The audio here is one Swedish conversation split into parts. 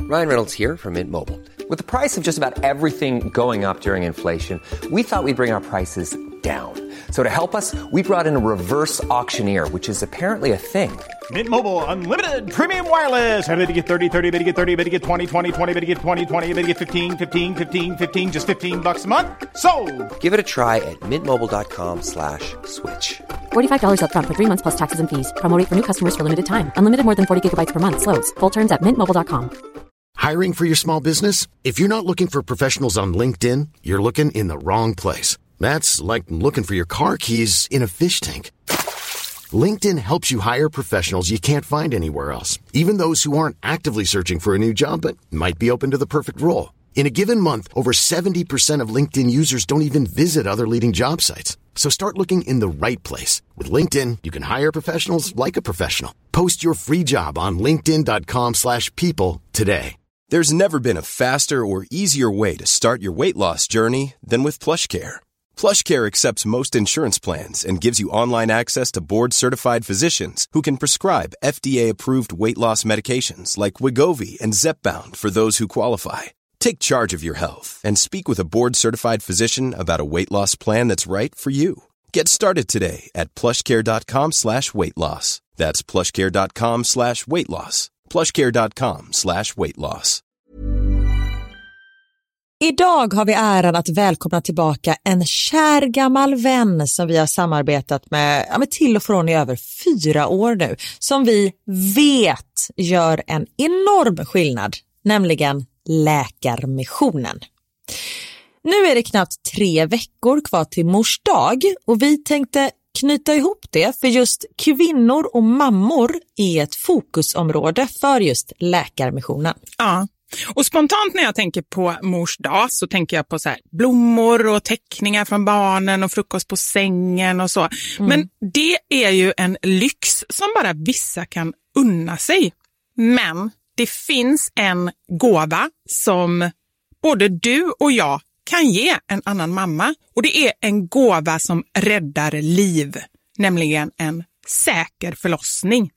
Ryan Reynolds here from Mint Mobile. With the price of just about everything going up during inflation, we thought we'd bring our prices down. So to help us, we brought in a reverse auctioneer, which is apparently a thing. Mint Mobile Unlimited Premium Wireless. How to get 30, 30, bit to get 30, bit to get 20, 20, 20, bit to get 20, 20, bit to get 15, 15, 15, 15, just $15 a month? Sold! Give it a try at mintmobile.com/switch. $45 up front for 3 months plus taxes and fees. Promo rate for new customers for limited time. Unlimited more than 40 gigabytes per month. Slows full terms at mintmobile.com. Hiring for your small business? If you're not looking for professionals on LinkedIn, you're looking in the wrong place. That's like looking for your car keys in a fish tank. LinkedIn helps you hire professionals you can't find anywhere else, even those who aren't actively searching for a new job but might be open to the perfect role. In a given month, over 70% of LinkedIn users don't even visit other leading job sites. So start looking in the right place. With LinkedIn, you can hire professionals like a professional. Post your free job on linkedin.com/people today. There's never been a faster or easier way to start your weight loss journey than with PlushCare. PlushCare accepts most insurance plans and gives you online access to board-certified physicians who can prescribe FDA-approved weight loss medications like Wegovy and Zepbound for those who qualify. Take charge of your health and speak with a board-certified physician about a weight loss plan that's right for you. Get started today at plushcare.com/weightloss. That's plushcare.com/weightloss. plushcare.com/weightloss. Idag har vi äran att välkomna tillbaka en kär gammal vän som vi har samarbetat med till och från i över 4 år nu. Som vi vet gör en enorm skillnad, nämligen Läkarmissionen. Nu är det knappt 3 veckor kvar till Mors dag och vi tänkte knyta ihop det, för just kvinnor och mammor är ett fokusområde för just Läkarmissionen. Ja. Och spontant när jag tänker på Mors dag så tänker jag på så här blommor och teckningar från barnen och frukost på sängen och så. Men det är ju en lyx som bara vissa kan unna sig. Men det finns en gåva som både du och jag kan ge en annan mamma. Och det är en gåva som räddar liv, nämligen en säker förlossning.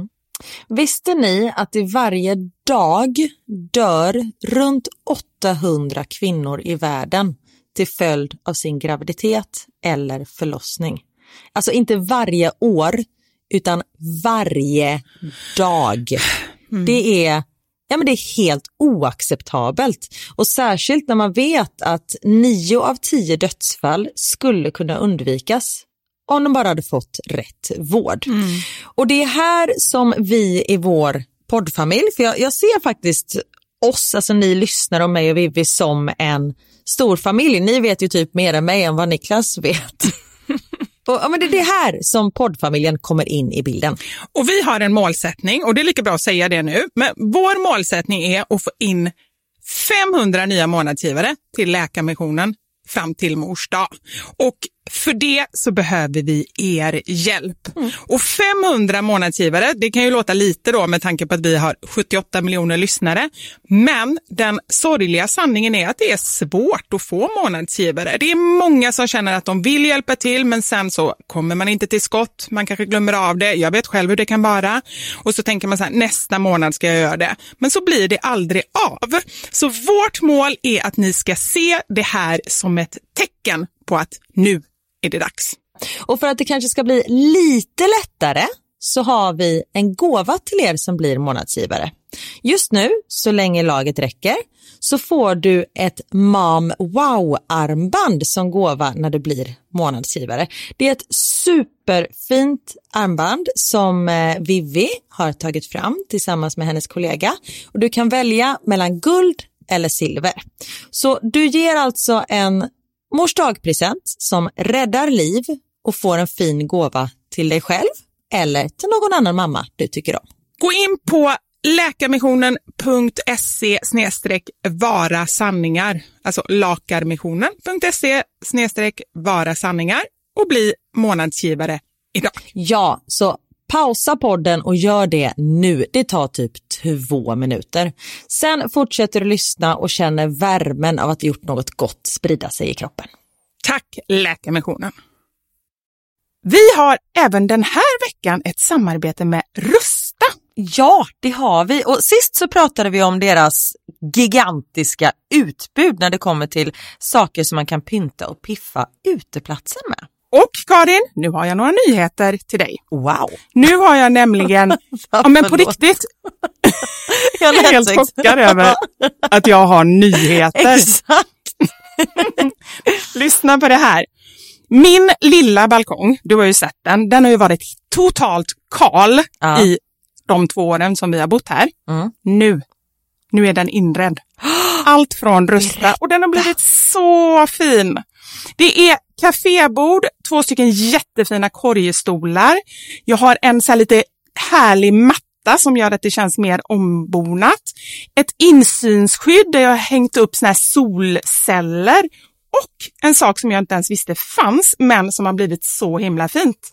Visste ni att i varje dag dör runt 800 kvinnor i världen till följd av sin graviditet eller förlossning? Alltså inte varje år, utan varje dag. Det är helt oacceptabelt. Och särskilt när man vet att 9 av 10 dödsfall skulle kunna undvikas om de bara hade fått rätt vård. Och det är här som vi i vår poddfamilj, för jag ser faktiskt oss, alltså ni lyssnar om mig och Vivi, som en stor familj. Ni vet ju typ mer än mig än vad Niklas vet. Men det är det här som poddfamiljen kommer in i bilden. Och vi har en målsättning, och det är lika bra att säga det nu. Men vår målsättning är att få in 500 nya månadsgivare till Läkarmissionen fram till Mors dag. Och för det så behöver vi er hjälp. Och 500 månadsgivare, det kan ju låta lite då med tanke på att vi har 78 miljoner lyssnare. Men den sorgliga sanningen är att det är svårt att få månadsgivare. Det är många som känner att de vill hjälpa till, men sen så kommer man inte till skott. Man kanske glömmer av det. Jag vet själv hur det kan vara. Och så tänker man så här, nästa månad ska jag göra det. Men så blir det aldrig av. Så vårt mål är att ni ska se det här som ett tecken på att nu är det dags. Och för att det kanske ska bli lite lättare så har vi en gåva till er som blir månadsgivare. Just nu, så länge laget räcker, så får du ett Mom Wow-armband som gåva när du blir månadsgivare. Det är ett superfint armband som Vivi har tagit fram tillsammans med hennes kollega. Och du kan välja mellan guld eller silver. Så du ger alltså en Mors dagpresent som räddar liv och får en fin gåva till dig själv eller till någon annan mamma du tycker om. Gå in på läkarmissionen.se/vara sanningar, alltså lakarmissionen.se/vara sanningar och bli månadsgivare idag. Ja, så pausa podden och gör det nu. Det tar typ 2 minuter. Sen fortsätter du lyssna och känner värmen av att gjort något gott sprida sig i kroppen. Tack Läkarmissionen. Vi har även den här veckan ett samarbete med Rusta. Ja, det har vi. Och sist så pratade vi om deras gigantiska utbud när det kommer till saker som man kan pynta och piffa uteplatsen med. Och Karin, nu har jag några nyheter till dig. Wow. Nu har jag nämligen, ja men på riktigt, jag är helt chockad över att jag har nyheter. Exakt. Lyssna på det här. Min lilla balkong, du har ju sett den har ju varit totalt kal i de 2 åren som vi har bott här. Nu är den inredd. Allt från rusta och den har blivit så fin. Det är kafébord, 2 stycken jättefina korgstolar. Jag har en så här lite härlig matta som gör att det känns mer ombonat. Ett insynsskydd där jag har hängt upp såna här solceller. Och en sak som jag inte ens visste fanns, men som har blivit så himla fint.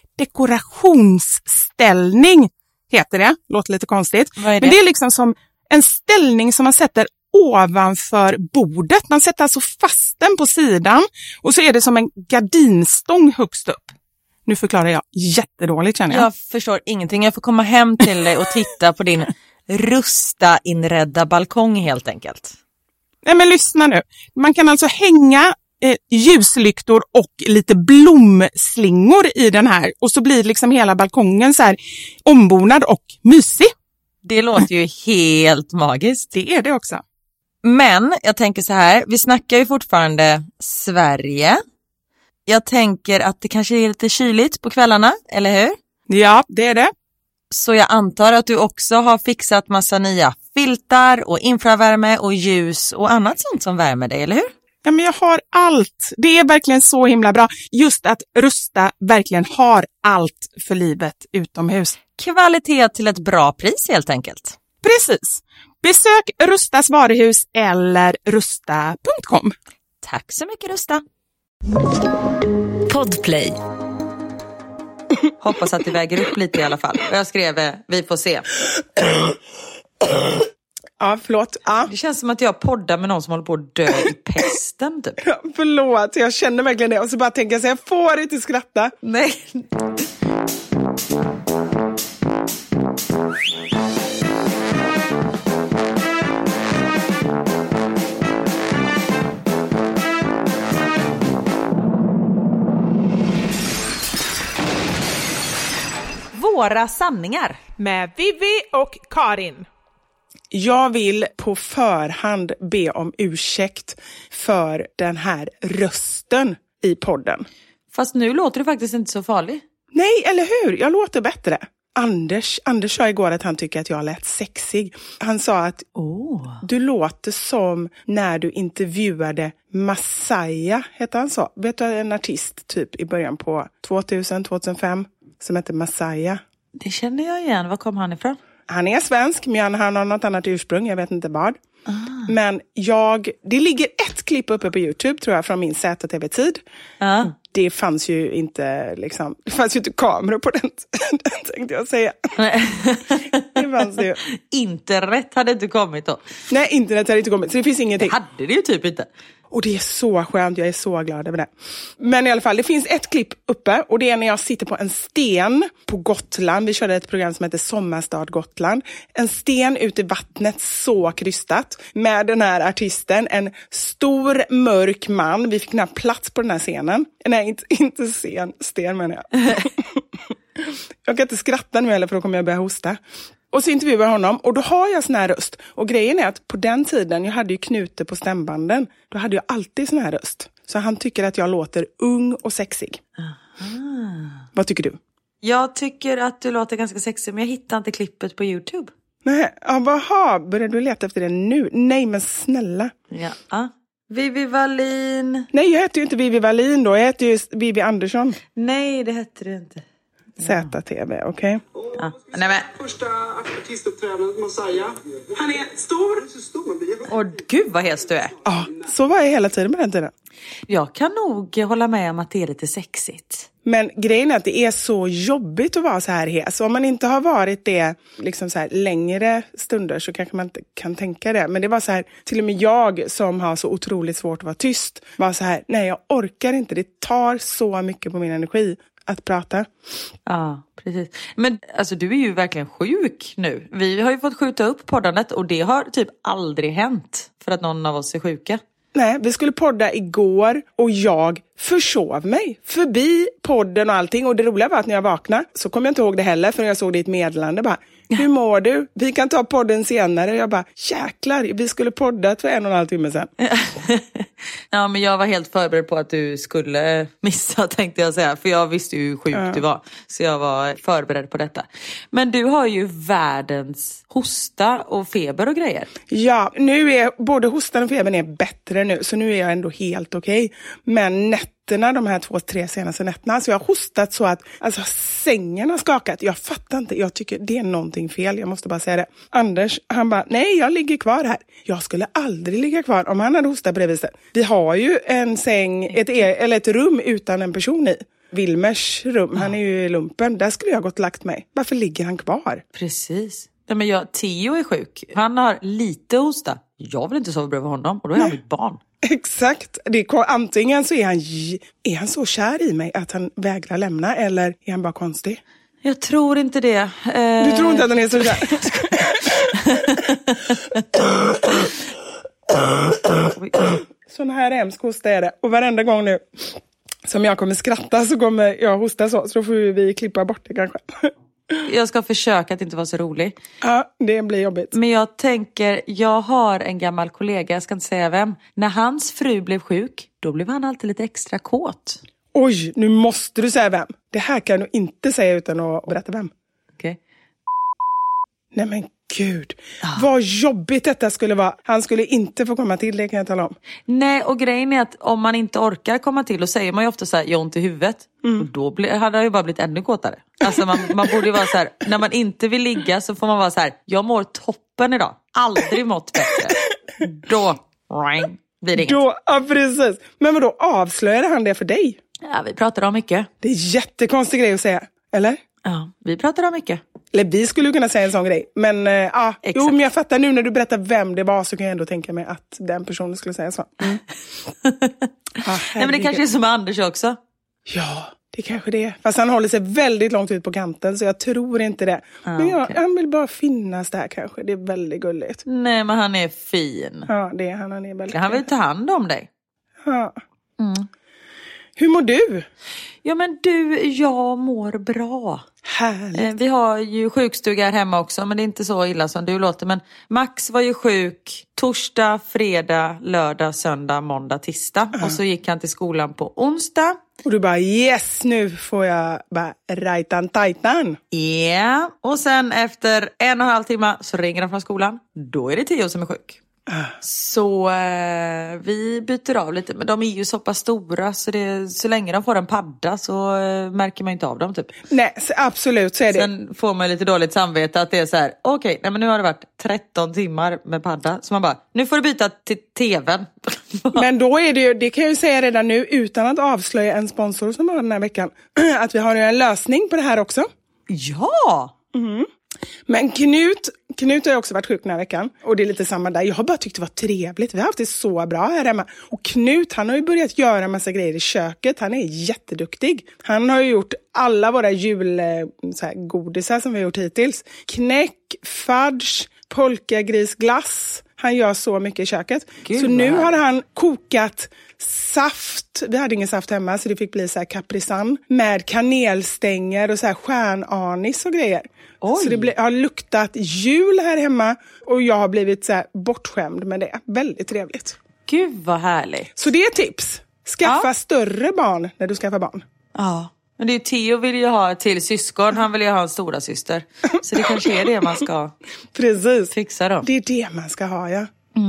Dekorationsställning heter det. Låter lite konstigt. Vad är det? Men det är liksom som en ställning som man sätter ovanför bordet. Man sätter alltså fast den på sidan och så är det som en gardinstång högst upp. Nu förklarar jag jättedåligt känner jag. Jag förstår ingenting. Jag får komma hem till dig och titta på din rusta-inredda balkong helt enkelt. Nej men lyssna nu. Man kan alltså hänga ljuslyktor och lite blomslingor i den här. Och så blir liksom hela balkongen så här ombonad och mysig. Det låter ju helt magiskt. Det är det också. Men jag tänker så här, vi snackar ju fortfarande Sverige. Jag tänker att det kanske är lite kyligt på kvällarna, eller hur? Ja, det är det. Så jag antar att du också har fixat massa nya filtar och infravärme och ljus och annat sånt som värmer dig, eller hur? Ja, men jag har allt. Det är verkligen så himla bra. Just att Rusta verkligen har allt för livet utomhus. Kvalitet till ett bra pris helt enkelt. Precis. Besök Rustas varuhus eller rusta.com. Tack så mycket Rusta. Podplay. Hoppas att det väger upp lite i alla fall. Och jag skrev, vi får se. Ja, förlåt. Ja. Det känns som att jag poddar med någon som håller på att dö i pesten typ. Ja, förlåt, jag känner verkligen det. Och så bara tänker jag så jag får inte skratta. Nej. Våra sanningar. Med Vivi och Karin. Jag vill på förhand be om ursäkt för den här rösten i podden. Fast nu låter du faktiskt inte så farlig. Nej, eller hur? Jag låter bättre. Anders sa igår att han tycker att jag lät sexig. Han sa att du låter som när du intervjuade Masaya, heter han så? Vet du, en artist typ i början på 2005 som heter Masaya. Det känner jag igen. Var kom han ifrån? Han är svensk, men han har något annat ursprung. Jag vet inte vad. Men det ligger ett klipp uppe på YouTube tror jag från min ZTV-tid. Det fanns ju inte liksom, det fanns ju inte kameror på den tänkte jag säga. Det fanns det ju. Internet hade inte kommit då. Nej, internet hade inte kommit, så det finns ingenting. Det hade det ju typ inte. Och det är så skönt, jag är så glad över det. Men i alla fall, det finns ett klipp uppe och det är när jag sitter på en sten på Gotland. Vi körde ett program som heter Sommarstad Gotland. En sten ute i vattnet, så krystat. Med den här artisten, en stor mörk man. Vi fick knappt plats på den här scenen. Nej, inte sten menar jag. Jag kan inte skratta nu heller för då kommer jag börja hosta. Och så intervjuar jag honom och då har jag sån här röst. Och grejen är att på den tiden, jag hade ju knuter på stämbanden. Då hade jag alltid sån här röst. Så han tycker att jag låter ung och sexig. Vad tycker du? Jag tycker att du låter ganska sexig, men jag hittar inte klippet på YouTube. Nej, börjar du leta efter det nu? Nej, men snälla. Ja. Vivi Wallin. Nej, jag heter ju inte Vivi Wallin då. Jag heter ju Vivi Andersson. Nej, det heter du inte. ZTV, okej. Ja. Nej, men. Första artistuppträdandet Masaya. Han är stor. Åh gud vad hes du är. Ja, så var jag hela tiden på den tiden. Jag kan nog hålla med om att det är lite sexigt. Men grejen är att det är så jobbigt att vara så här hes. Om man inte har varit det liksom så här längre stunder så kanske man inte kan tänka det. Men det var så här, till och med jag som har så otroligt svårt att vara tyst var så här, nej jag orkar inte. Det tar så mycket på min energi att prata. Ja, precis. Men alltså du är ju verkligen sjuk nu. Vi har ju fått skjuta upp poddandet och det har typ aldrig hänt för att någon av oss är sjuka. Nej, vi skulle podda igår och jag försov mig förbi podden och allting. Och det roliga var att när jag vaknade så kom jag inte ihåg det heller för jag såg ditt meddelande bara. Hur mår du? Vi kan ta podden senare. Jag bara, jäklar, vi skulle podda för 1,5 timme sedan. Ja, men jag var helt förberedd på att du skulle missa, tänkte jag säga. För jag visste ju hur sjuk du var. Så jag var förberedd på detta. Men du har ju världens hosta och feber och grejer. Ja, nu är både hostan och febern är bättre nu. Så nu är jag ändå helt okej. Men de här 2-3 senaste nätterna. Så jag har hostat så att sängen har skakat. Jag fattar inte. Jag tycker det är någonting fel. Jag måste bara säga det. Anders, han bara, nej jag ligger kvar här. Jag skulle aldrig ligga kvar om han hade hostat på det viset. Vi har ju en säng, ett rum utan en person i. Wilmers rum, han är ju i lumpen. Där skulle jag gått lagt mig. Varför ligger han kvar? Precis. Ja, men Theo är sjuk. Han har lite hosta. Jag vill inte sova bredvid honom och då är han mitt barn. Exakt. Antingen så är han så kär i mig att han vägrar lämna eller är han bara konstig? Jag tror inte det. Du tror inte att han är så kär? Sån här hemsk hosta är det. Och varenda gång nu som jag kommer skratta så kommer jag hosta så då får vi klippa bort det kanske. Jag ska försöka att inte vara så rolig. Ja, det blir jobbigt. Men jag tänker, jag har en gammal kollega, jag ska inte säga vem. När hans fru blev sjuk, då blev han alltid lite extra kåt. Oj, nu måste du säga vem. Det här kan du inte säga utan att berätta vem. Okej. Nej men gud, vad jobbigt detta skulle vara. Han skulle inte få komma till, det kan jag tala om. Nej, och grejen är att om man inte orkar komma till, då säger man ju ofta så här, jag har ont i huvudet. Och då hade han ju bara blivit ännu kåtare. Alltså man borde ju vara så här, när man inte vill ligga så får man vara så här, jag mår toppen idag. Aldrig mått bättre. Då blir det inget. Ja, precis. Men vadå, avslöjade han det för dig? Ja, vi pratar om mycket. Det är jättekonstig grej att säga, eller? Ja, vi pratar om mycket. Eller vi skulle kunna säga en sån grej. Men jo, men jag fattar nu när du berättar vem det var så kan jag ändå tänka mig att den personen skulle säga så. Nej, men det kanske är som med Anders också. Ja, det kanske det är. Fast han håller sig väldigt långt ut på kanten så jag tror inte det. Men han vill bara finnas där kanske. Det är väldigt gulligt. Nej, men han är fin. Ja, det är han. Han är väldigt Han vill ta hand om dig. Ja. Hur mår du? Ja men du, jag mår bra. Härligt. Vi har ju sjukstuga här hemma också, men det är inte så illa som du låter. Men Max var ju sjuk torsdag, fredag, lördag, söndag, måndag, tisdag. Och så gick han till skolan på onsdag. Och du bara, yes, nu får jag bara rajtan tajtan. Ja, och sen efter 1,5 timme så ringer han från skolan. Då är det Theo som är sjuk. Så vi byter av lite. Men de är ju så pass stora så länge de får en padda så märker man inte av dem typ. Nej, absolut så är det. Sen får man lite dåligt samvete att det är så här, okej, nej men nu har det varit 13 timmar med padda. Så man bara, nu får du byta till tvn. Men då är det ju, det kan jag ju säga redan nu utan att avslöja en sponsor som har den här veckan. Att vi har en lösning på det här också. Ja! Men Knut har ju också varit sjuk den här veckan. Och det är lite samma där. Jag har bara tyckt det var trevligt. Vi har haft det så bra här hemma. Och Knut, han har ju börjat göra en massa grejer i köket. Han är jätteduktig. Han har ju gjort alla våra julgodisar som vi har gjort hittills. Knäck, fudge, polkagrisglass. Han gör så mycket i köket. Gud, så nu har han kokat saft. Vi hade ingen saft hemma så det fick bli så här caprisan med kanelstänger och så här stjärnanis och grejer. Oj. Så det har luktat jul här hemma och jag har blivit så här bortskämd med det. Väldigt trevligt. Gud vad härligt. Så det är tips. Skaffa större barn när du skaffar barn. Ja. Men det är Theo vill ju ha till syskon. Han vill ju ha en stora syster. Så det kanske är det man ska fixa då. Det är det man ska ha, ja.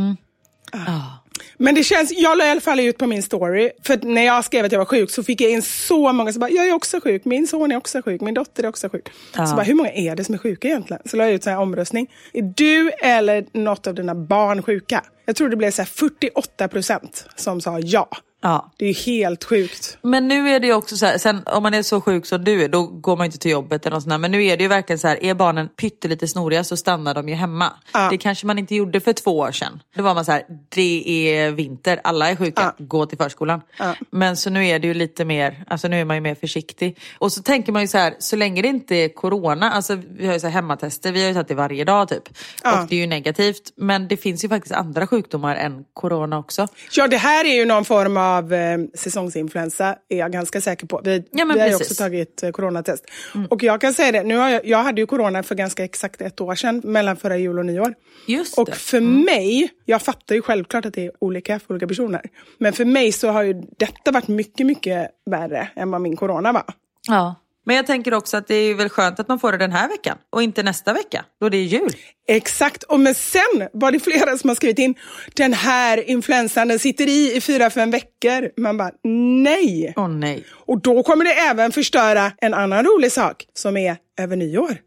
Men det känns, jag la i alla fall ut på min story. För när jag skrev att jag var sjuk så fick jag in så många som bara, jag är också sjuk, min son är också sjuk, min dotter är också sjuk. Så bara, hur många är det som är sjuka egentligen? Så la jag ut så här omröstning. Är du eller något av dina barn sjuka? Jag tror det blev så här 48% som sa ja. Ja. Det är ju helt sjukt. Men nu är det ju också så här, sen om man är så sjuk som du är, då går man inte till jobbet eller något sånt där. Men nu är det ju verkligen så här, är barnen pyttelite snoriga så stannar de ju hemma. Ja. Det kanske man inte gjorde för 2 år sedan. Då var man så här, det är vinter, alla är sjuka, gå till förskolan. Men så nu är det ju lite mer, alltså nu är man ju mer försiktig. Och så tänker man ju så här, så länge det inte är corona, alltså vi har ju så här hemmatester, vi har ju tagit det varje dag typ. Och det är ju negativt, men det finns ju faktiskt andra sjukdomar än corona också. Ja, det här är ju någon form av säsongsinfluensa, är jag ganska säker på. Vi har ju också tagit coronatest. Och jag kan säga det, jag hade ju corona för ganska exakt 1 år sedan, mellan förra jul och nyår. Just det. Och för mig, jag fattar ju självklart att det är olika för olika personer. Men för mig så har ju detta varit mycket, mycket värre än vad min corona var. Ja. Men jag tänker också att det är väl skönt att man får det den här veckan och inte nästa vecka, då det är jul. Exakt, och men sen var det flera som har skrivit in, den här influensan den sitter i 4-5 veckor. Man bara, nej. Nej. Och då kommer det även förstöra en annan rolig sak som är över nyår.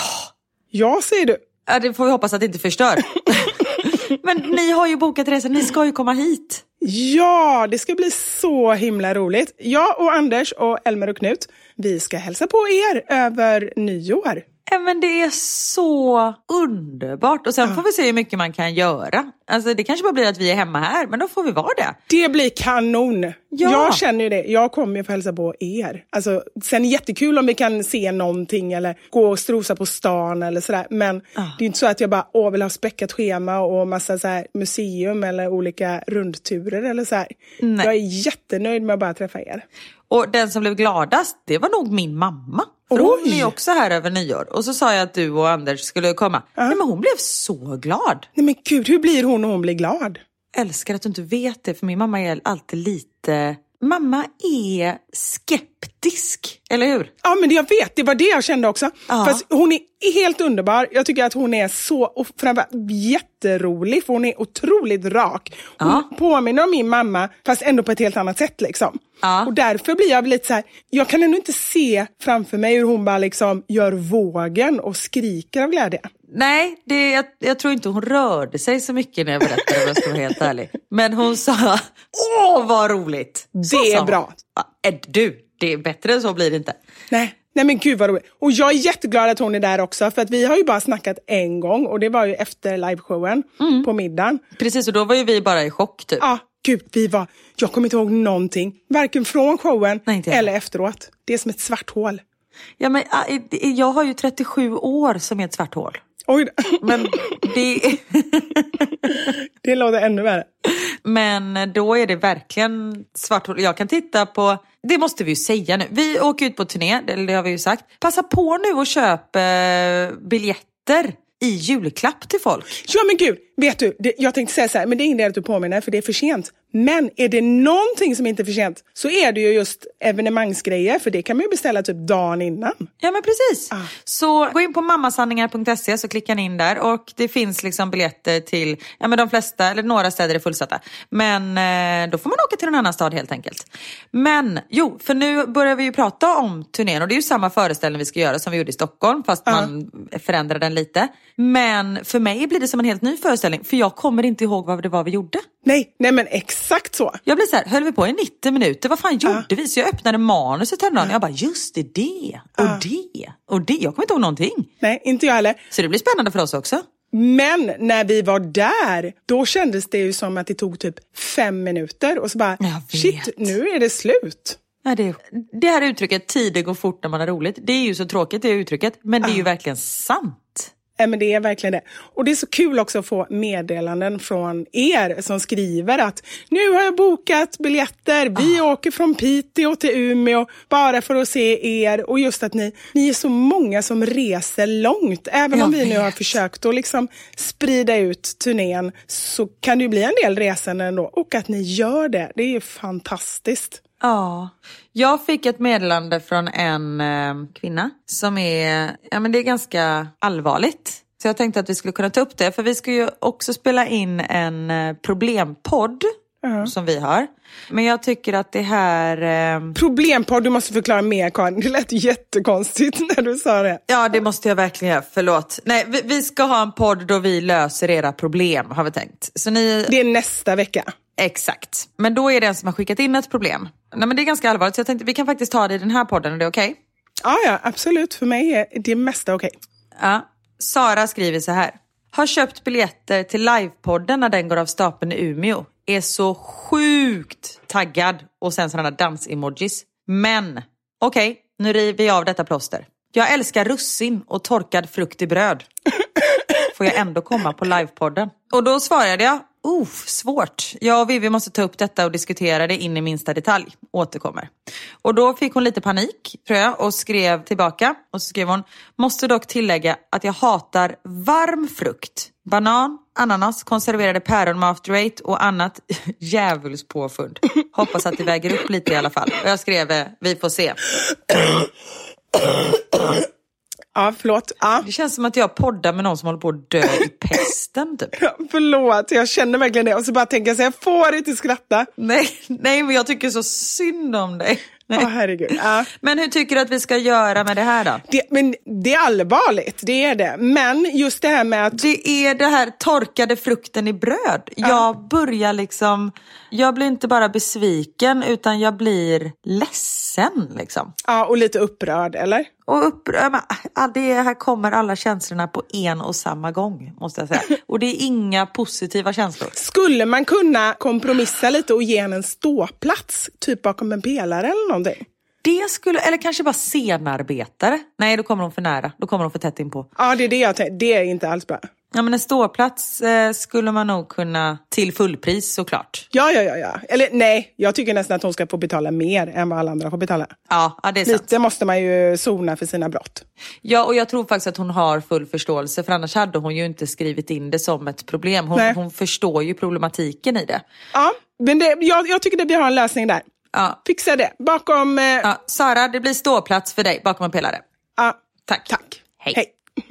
Ja, säger du. Ja, det får vi hoppas att det inte förstör. Men ni har ju bokat resan, ni ska ju komma hit. Ja, det ska bli så himla roligt. Jag och Anders och Elmer och Knut, vi ska hälsa på er över nyår. Men det är så underbart. Och sen får vi se hur mycket man kan göra. Alltså det kanske bara blir att vi är hemma här, men då får vi vara det. Det blir kanon. Ja. Jag känner ju det. Jag kommer ju få hälsa på er. Alltså, sen är det jättekul om vi kan se någonting eller gå och strosa på stan eller sådär. Men det är inte så att jag bara vill ha späckat schema och massa så här museum eller olika rundturer eller så här. Nej. Jag är jättenöjd med att bara träffa er. Och den som blev gladast, det var nog min mamma. För hon är också här över nyår. Och så sa jag att du och Anders skulle komma. Nej, men hon blev så glad. Nej men gud, hur blir hon när hon blir glad? Älskar att du inte vet det, för min mamma är alltid lite... Mamma är skeptisk, eller hur? Ja, men jag vet, det var det jag kände också. Fast hon är helt underbar. Jag tycker att hon är så, och framförallt jätterolig, för hon är otroligt rak. Hon påminner om min mamma, fast ändå på ett helt annat sätt liksom. Och därför blir jag lite så här, jag kan ändå inte se framför mig hur hon bara liksom gör vågen och skriker av glädje. Nej, jag tror inte hon rörde sig så mycket när jag berättade, om jag ska vara helt ärlig. Men hon sa, vad roligt. Det är bra. Det är bättre än så blir det inte. Nej men gud vad roligt. Och jag är jätteglad att hon är där också, för att vi har ju bara snackat en gång, och det var ju efter liveshowen på middagen. Precis, och då var ju vi bara i chock typ. Ja, gud, jag kommer inte ihåg någonting, varken från showen eller efteråt. Det är som ett svart hål. Ja, men jag har ju 37 år som är ett svart hål. Oj. Men det låter ännu värre. Men då är det verkligen svart hål. Jag kan titta på, det måste vi ju säga nu. Vi åker ut på turné, det har vi ju sagt. Passa på nu och köp biljetter i julklapp till folk. Ja men gud, vet du, jag tänkte säga så här, men det är ingen att du påminner, för det är för sent. Men är det någonting som inte är för sent, så är det ju just evenemangsgrejer, för det kan man ju beställa typ dagen innan. Ja men precis. Så gå in på mammasanningar.se, så klickar ni in där, och det finns liksom biljetter till, ja men de flesta, eller några städer är fullsatta. Men då får man åka till en annan stad helt enkelt. Men för nu börjar vi ju prata om turnén, och det är ju samma föreställning vi ska göra som vi gjorde i Stockholm, fast man förändrar den lite. Men för mig blir det som en helt ny föreställning, för jag kommer inte ihåg vad det var vi gjorde. Nej men exakt så. Jag blir så här, höll vi på i 90 minuter? Vad fan gjorde vi? Så jag öppnade manuset häromdagen. Jag bara, just det. Och det. Jag kommer inte ihåg någonting. Nej, inte jag heller. Så det blir spännande för oss också. Men när vi var där, då kändes det ju som att det tog typ 5 minuter. Och så bara, shit, nu är det slut. Ja, det här uttrycket, tiden går fort när man har roligt. Det är ju så tråkigt, det uttrycket. Men det är ju verkligen sant. Men det är verkligen det. Och det är så kul också att få meddelanden från er som skriver att nu har jag bokat biljetter. Vi åker från Piteå till Umeå bara för att se er. Och just att ni är så många som reser långt. Även om vi nu har försökt att liksom sprida ut turnén, så kan det ju bli en del resande ändå. Och att ni gör det, det är ju fantastiskt. Ja, jag fick ett meddelande från en kvinna som är, men det är ganska allvarligt. Så jag tänkte att vi skulle kunna ta upp det, för vi ska ju också spela in en problempodd som vi har. Men jag tycker att det här... Problempodd, du måste förklara mer, Karin. Det lät jättekonstigt när du sa det. Ja, det måste jag verkligen göra. Förlåt. Nej, vi ska ha en podd då vi löser era problem, har vi tänkt. Så ni... Det är nästa vecka. Exakt. Men då är det en som har skickat in ett problem. Nej, men det är ganska allvarligt, så jag tänkte vi kan faktiskt ta det i den här podden. Är det okej? Ja, absolut. För mig är det mesta okej. Ja. Sara skriver så här. Har köpt biljetter till livepodden när den går av stapeln i Umeå. Är så sjukt taggad. Och sen sådana dans-emojis. Men, okej, nu river jag av detta plåster. Jag älskar russin och torkad frukt i bröd. Får jag ändå komma på livepodden? Och då svarade jag, svårt. Jag och Vivi måste ta upp detta och diskutera det in i minsta detalj. Återkommer. Och då fick hon lite panik, tror jag, och skrev tillbaka. Och så skrev hon, måste dock tillägga att jag hatar varm frukt. Banan, ananas, konserverade päron med After Eight och annat djävulspåfund. Hoppas att det väger upp lite i alla fall. Och jag skrev, vi får se. Ja, förlåt. Ja. Det känns som att jag poddar med någon som håller på att dö i pesten, typ. Ja, förlåt, jag känner verkligen det. Och så bara tänker jag så jag får inte skratta. Nej, men jag tycker så synd om dig. Herregud. Ja. Men hur tycker du att vi ska göra med det här då? Det är allvarligt, det är det. Men just det här med att... Det är det här torkade frukten i bröd. Jag börjar liksom... Jag blir inte bara besviken utan jag blir ledsen liksom. Ja, och lite upprörd, eller? Och upprörd, det här kommer alla känslorna på en och samma gång, måste jag säga. Och det är inga positiva känslor. Skulle man kunna kompromissa lite och ge en ståplats, typ bakom en pelare eller någonting? Det skulle, eller kanske bara scenarbetare. Nej, då kommer de för nära. Då kommer de för tätt in på. Ja, det är det jag tänkte. Det är inte alls bra. Ja, men en ståplats skulle man nog kunna till fullpris, såklart. Ja. Eller nej, jag tycker nästan att hon ska få betala mer än vad alla andra får betala. Ja, det är sant. Lite måste man ju sona för sina brott. Ja, och jag tror faktiskt att hon har full förståelse. För annars hade hon ju inte skrivit in det som ett problem. Hon förstår ju problematiken i det. Ja, men jag tycker att vi har en lösning där. Ja. Fixa det. Bakom... Sara, det blir ståplats för dig bakom en pelare. Ja. Tack. Hej.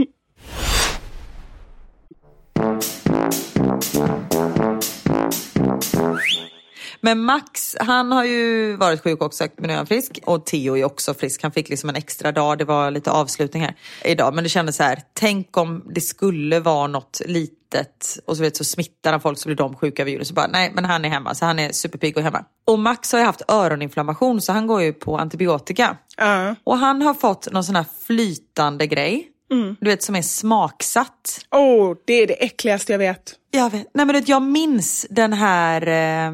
Men Max, han har ju varit sjuk också, men nu är han frisk. Och Theo är också frisk. Han fick liksom en extra dag. Det var lite avslutning här idag. Men det kändes så här, tänk om det skulle vara något litet och så smittar han folk så blir de sjuka virus. Så bara, nej, men han är hemma. Så han är superpigg och hemma. Och Max har ju haft öroninflammation så han går ju på antibiotika. Och han har fått någon sån här flytande grej. Du vet, som är smaksatt. Det är det äckligaste jag vet. Jag vet. Nej, men jag minns den här...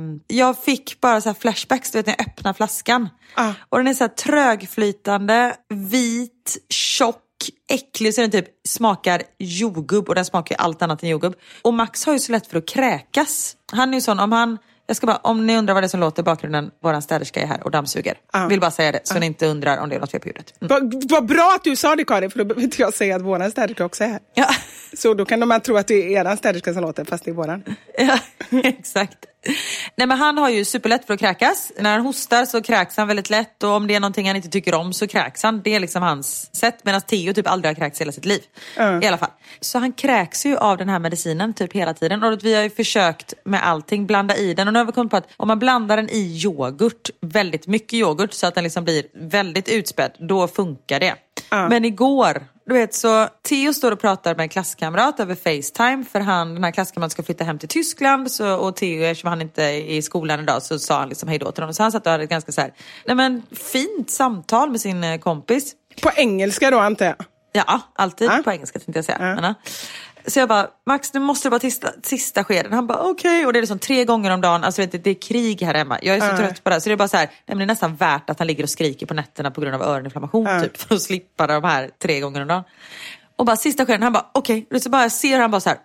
jag fick bara så här flashbacks, du vet, när jag öppnar flaskan. Och den är så här trögflytande, vit, tjock, äcklig. Så den typ smakar jordgubb och den smakar allt annat än jordgubb. Och Max har ju så lätt för att kräkas. Han är ju sån, om ni undrar vad det är som låter i bakgrunden, våran städerska är här och dammsuger. Vill bara säga det, så ni inte undrar om det är något fel på ljudet. Vad bra att du sa det, Karin, för då behöver inte jag säga att våran städerska också är här. Ja. Så då kan man tro att det är eran städerska som låter, fast det är våran. Ja, exakt. Nej, men han har ju superlätt för att kräkas. När han hostar så kräks han väldigt lätt. Och om det är någonting han inte tycker om så kräks han. Det är liksom hans sätt. Medan Theo typ aldrig har kräks hela sitt liv. I alla fall. Så han kräks ju av den här medicinen typ hela tiden. Och vi har ju försökt med allting blanda i den. Och nu har vi kommit på att om man blandar den i yoghurt, väldigt mycket yoghurt, så att den liksom blir väldigt utspädd, då funkar det. Men igår, du vet, så Theo står och pratar med en klasskamrat över FaceTime, för den här klasskamraten ska flytta hem till Tyskland, och Theo, eftersom han inte är i skolan idag, så sa han liksom hej då till honom. Så han satt och hade ett ganska så här, fint samtal med sin kompis. På engelska då, antar jag? Ja, alltid på engelska tänkte jag säga. Så jag bara, Max, nu måste du bara sista skeden. Han bara, okej. Och det är liksom 3 gånger om dagen. Alltså det är krig här hemma. Jag är så trött på det. Så det är bara så här, det är nästan värt att han ligger och skriker på nätterna på grund av öroninflammation typ. För att slippa de här 3 gånger om dagen. Och bara sista skeden, han bara, okej. Så bara ser han bara så här.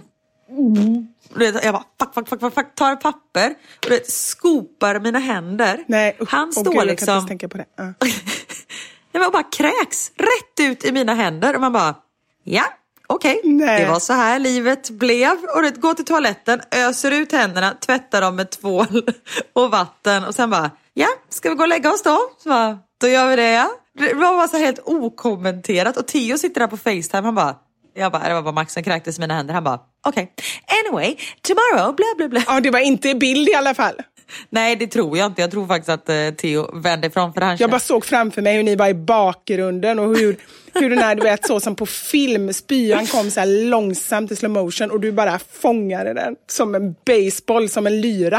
Jag bara, fuck, tar papper. Och det skopar mina händer. Nej, han står liksom. Jag kan inte tänka på det. Och bara kräks rätt ut i mina händer. Och man bara, ja. Okej, det var så här livet blev. Och det går till toaletten, öser ut händerna, tvättar dem med tvål och vatten. Och sen bara, ja, ska vi gå och lägga oss då? Så bara, då gör vi det, ja. Det var bara så helt okommenterat. Och Theo sitter där på FaceTime, han bara, det var bara Max som kräktes i mina händer. Han bara, Okej. Anyway, tomorrow, bla bla bla. Ja, det var inte i bild i alla fall. Nej, det tror jag inte. Jag tror faktiskt att Theo vände framför han. Jag bara såg framför mig hur ni var i bakgrunden och hur den här, du vet, så som på film, spyan kom så här långsamt i slow motion och du bara fångade den som en baseball, som en lyra.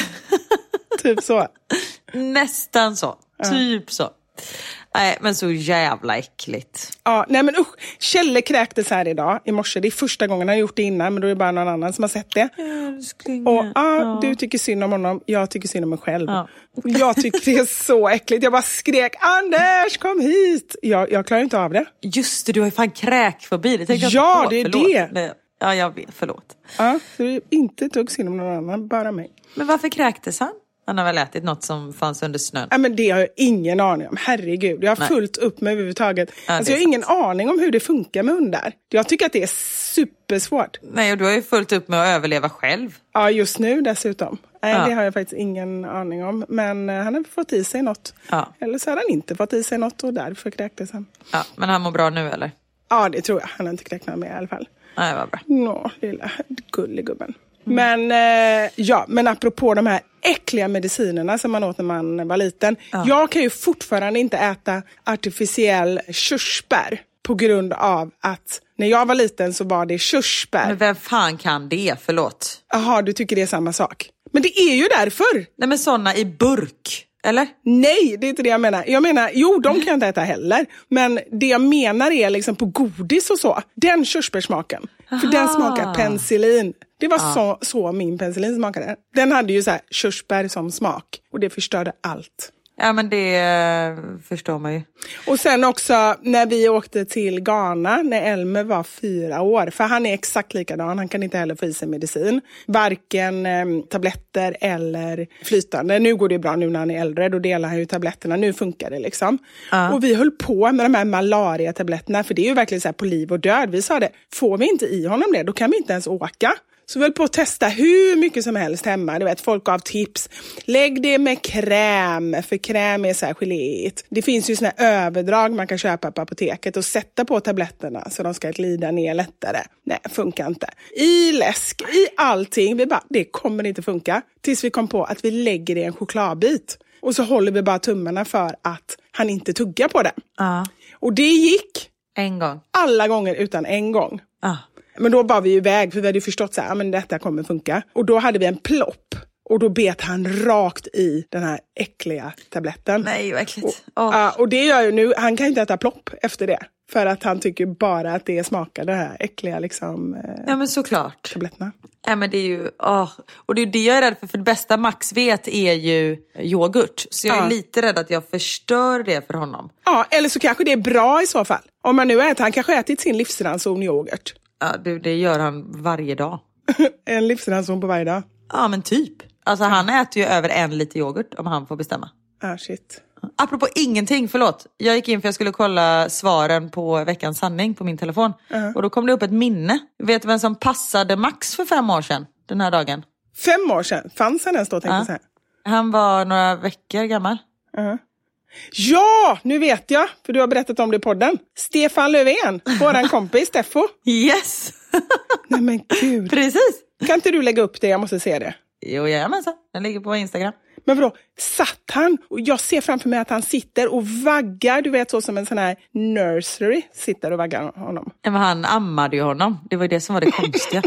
Typ så. Nästan så. Typ så. Nej, men så jävla äckligt. Ja, nej men usch. Kjelle kräktes här idag, i morse. Det är första gången han har gjort det innan, men då är det bara någon annan som har sett det. Och du tycker synd om honom, jag tycker synd om mig själv. Ja. Jag tycker det är så äckligt. Jag bara skrek, Anders, kom hit! Jag klarar inte av det. Just det, du har ju fan kräkfobi. Det tänkte ja, jag det är förlåt. det. Ja, jag vet, förlåt. Ja, så det är inte tog synd om någon annan, bara mig. Men varför kräktes han? Han har väl ätit något som fanns under snön? Ja, men det har jag ingen aning om. Herregud, jag har fullt upp med överhuvudtaget. Ja, alltså, jag har ingen aning om hur det funkar med hundar. Jag tycker att det är supersvårt. Nej, och du har ju fullt upp med att överleva själv. Ja, just nu dessutom. Nej, det har jag faktiskt ingen aning om. Men han har fått i sig något. Ja. Eller så har han inte fått i sig något och därför kräktes han. Ja, men han mår bra nu, eller? Ja, det tror jag. Han har inte kräknat med i alla fall. Nej, vad bra. Nå, lilla gulligubben. Men men apropå de här äckliga medicinerna som man åt när man var liten. Ja. Jag kan ju fortfarande inte äta artificiell körsbär på grund av att när jag var liten så var det körsbär. Men vem fan kan det? Förlåt. Jaha, du tycker det är samma sak. Men det är ju därför. Nej, men sådana i burk. Eller? Nej, det är inte det jag menar. Jag menar, jo, de kan jag inte äta heller. Men det jag menar är liksom på godis och så. Den körsbärssmaken. För den smakar penicillin. Det var så min penicillin smakade. Den hade ju så här körsbär som smak. Och det förstörde allt. Ja, men det förstår man ju. Och sen också när vi åkte till Ghana när Elmer var 4 år. För han är exakt likadan. Han kan inte heller få i sig medicin. Varken tabletter eller flytande. Nu går det bra nu när han är äldre. Då delar han ju tabletterna. Nu funkar det liksom. Och vi höll på med de här malaria-tabletterna. För det är ju verkligen så här på liv och död. Vi sa det, får vi inte i honom det, då kan vi inte ens åka. Så vi höll på att testa hur mycket som helst hemma. Du vet, folk gav tips. Lägg det med kräm, för kräm är så här geléigt. Det finns ju såna här överdrag man kan köpa på apoteket och sätta på tabletterna så de ska glida ner lättare. Nej, funkar inte. I läsk, i allting. Vi bara, det kommer inte funka. Tills vi kom på att vi lägger det i en chokladbit. Och så håller vi bara tummarna för att han inte tuggar på den. Och det gick. En gång. Alla gånger utan en gång. Men då var vi ju iväg för vi hade ju förstått så här, men detta kommer funka. Och då hade vi en plopp. Och då bet han rakt i den här äckliga tabletten. Nej, vad äckligt. Och det gör ju nu, han kan inte äta plopp efter det. För att han tycker bara att det smakar det här äckliga liksom. Ja, men såklart. Tabletterna. Ja, men det är ju, och det är ju det jag är rädd för det bästa Max vet är ju yoghurt. Så jag är lite rädd att jag förstör det för honom. Ja, eller så kanske det är bra i så fall. Om man nu äter, han kanske ätit sin livsranson yoghurt. Ja, det gör han varje dag. En livsranson på varje dag? Ja, men typ. Alltså han äter ju över 1 liter yoghurt om han får bestämma. Shit. Apropå ingenting, förlåt. Jag gick in för jag skulle kolla svaren på veckans sanning på min telefon. Och då kom det upp ett minne. Vet du vem som passade Max för 5 år sedan? Den här dagen. 5 år sedan? Fanns han ens då, tänkte så här? Han var några veckor gammal. Ja, nu vet jag. För du har berättat om det i podden. Stefan Löfven, våran kompis Steffo. Yes! Nej men gud. Precis. Kan inte du lägga upp det? Jag måste se det. Jo, jajamensan. Den ligger på Instagram. Men vadå, satt han? Och jag ser framför mig att han sitter och vaggar. Du vet, så som en sån här nursery sitter och vaggar honom. Men han ammade ju honom. Det var ju det som var det konstiga.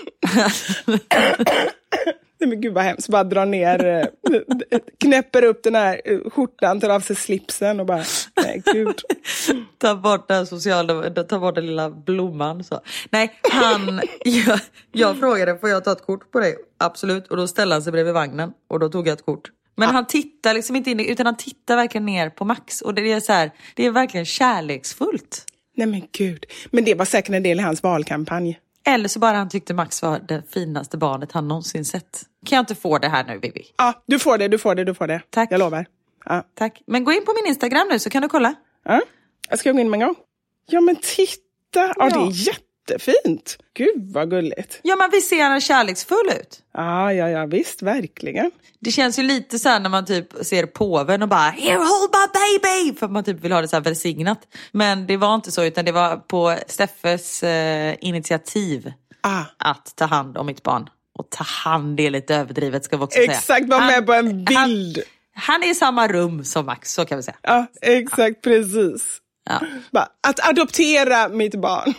Nej men gud vad hemskt. Bara dra ner, knäpper upp den här skjortan, tar av sig slipsen och bara, nej gud. Ta bort den lilla blomman. Så. Nej, jag frågade, får jag ta ett kort på dig? Absolut. Och då ställde han sig bredvid vagnen och då tog jag ett kort. Men han tittar liksom inte in, utan han tittar verkligen ner på Max. Och det är så här, det är verkligen kärleksfullt. Nej men gud. Men det var säkert en del i hans valkampanj. Eller så bara han tyckte Max var det finaste barnet han någonsin sett. Kan jag inte få det här nu, Vivi? Ja, du får det. Tack. Jag lovar. Ja. Tack. Men gå in på min Instagram nu så kan du kolla. Ja, jag ska gå in med en gång. Ja, men titta. Ja, det är jättefint. Gud, vad gulligt. Ja, men vi ser han kärleksfull ut. Ja, visst, verkligen. Det känns ju lite så här när man typ ser påven och bara here, hold my baby. För man typ vill ha det så här välsignat. Men det var inte så, utan det var på Steffes initiativ. att ta hand om mitt barn. Och ta hand, det är lite överdrivet ska vi också säga. Exakt, var med på en bild. Han är i samma rum som Max, så kan vi säga. Ja, exakt, precis. Ja. Bara, att adoptera mitt barn.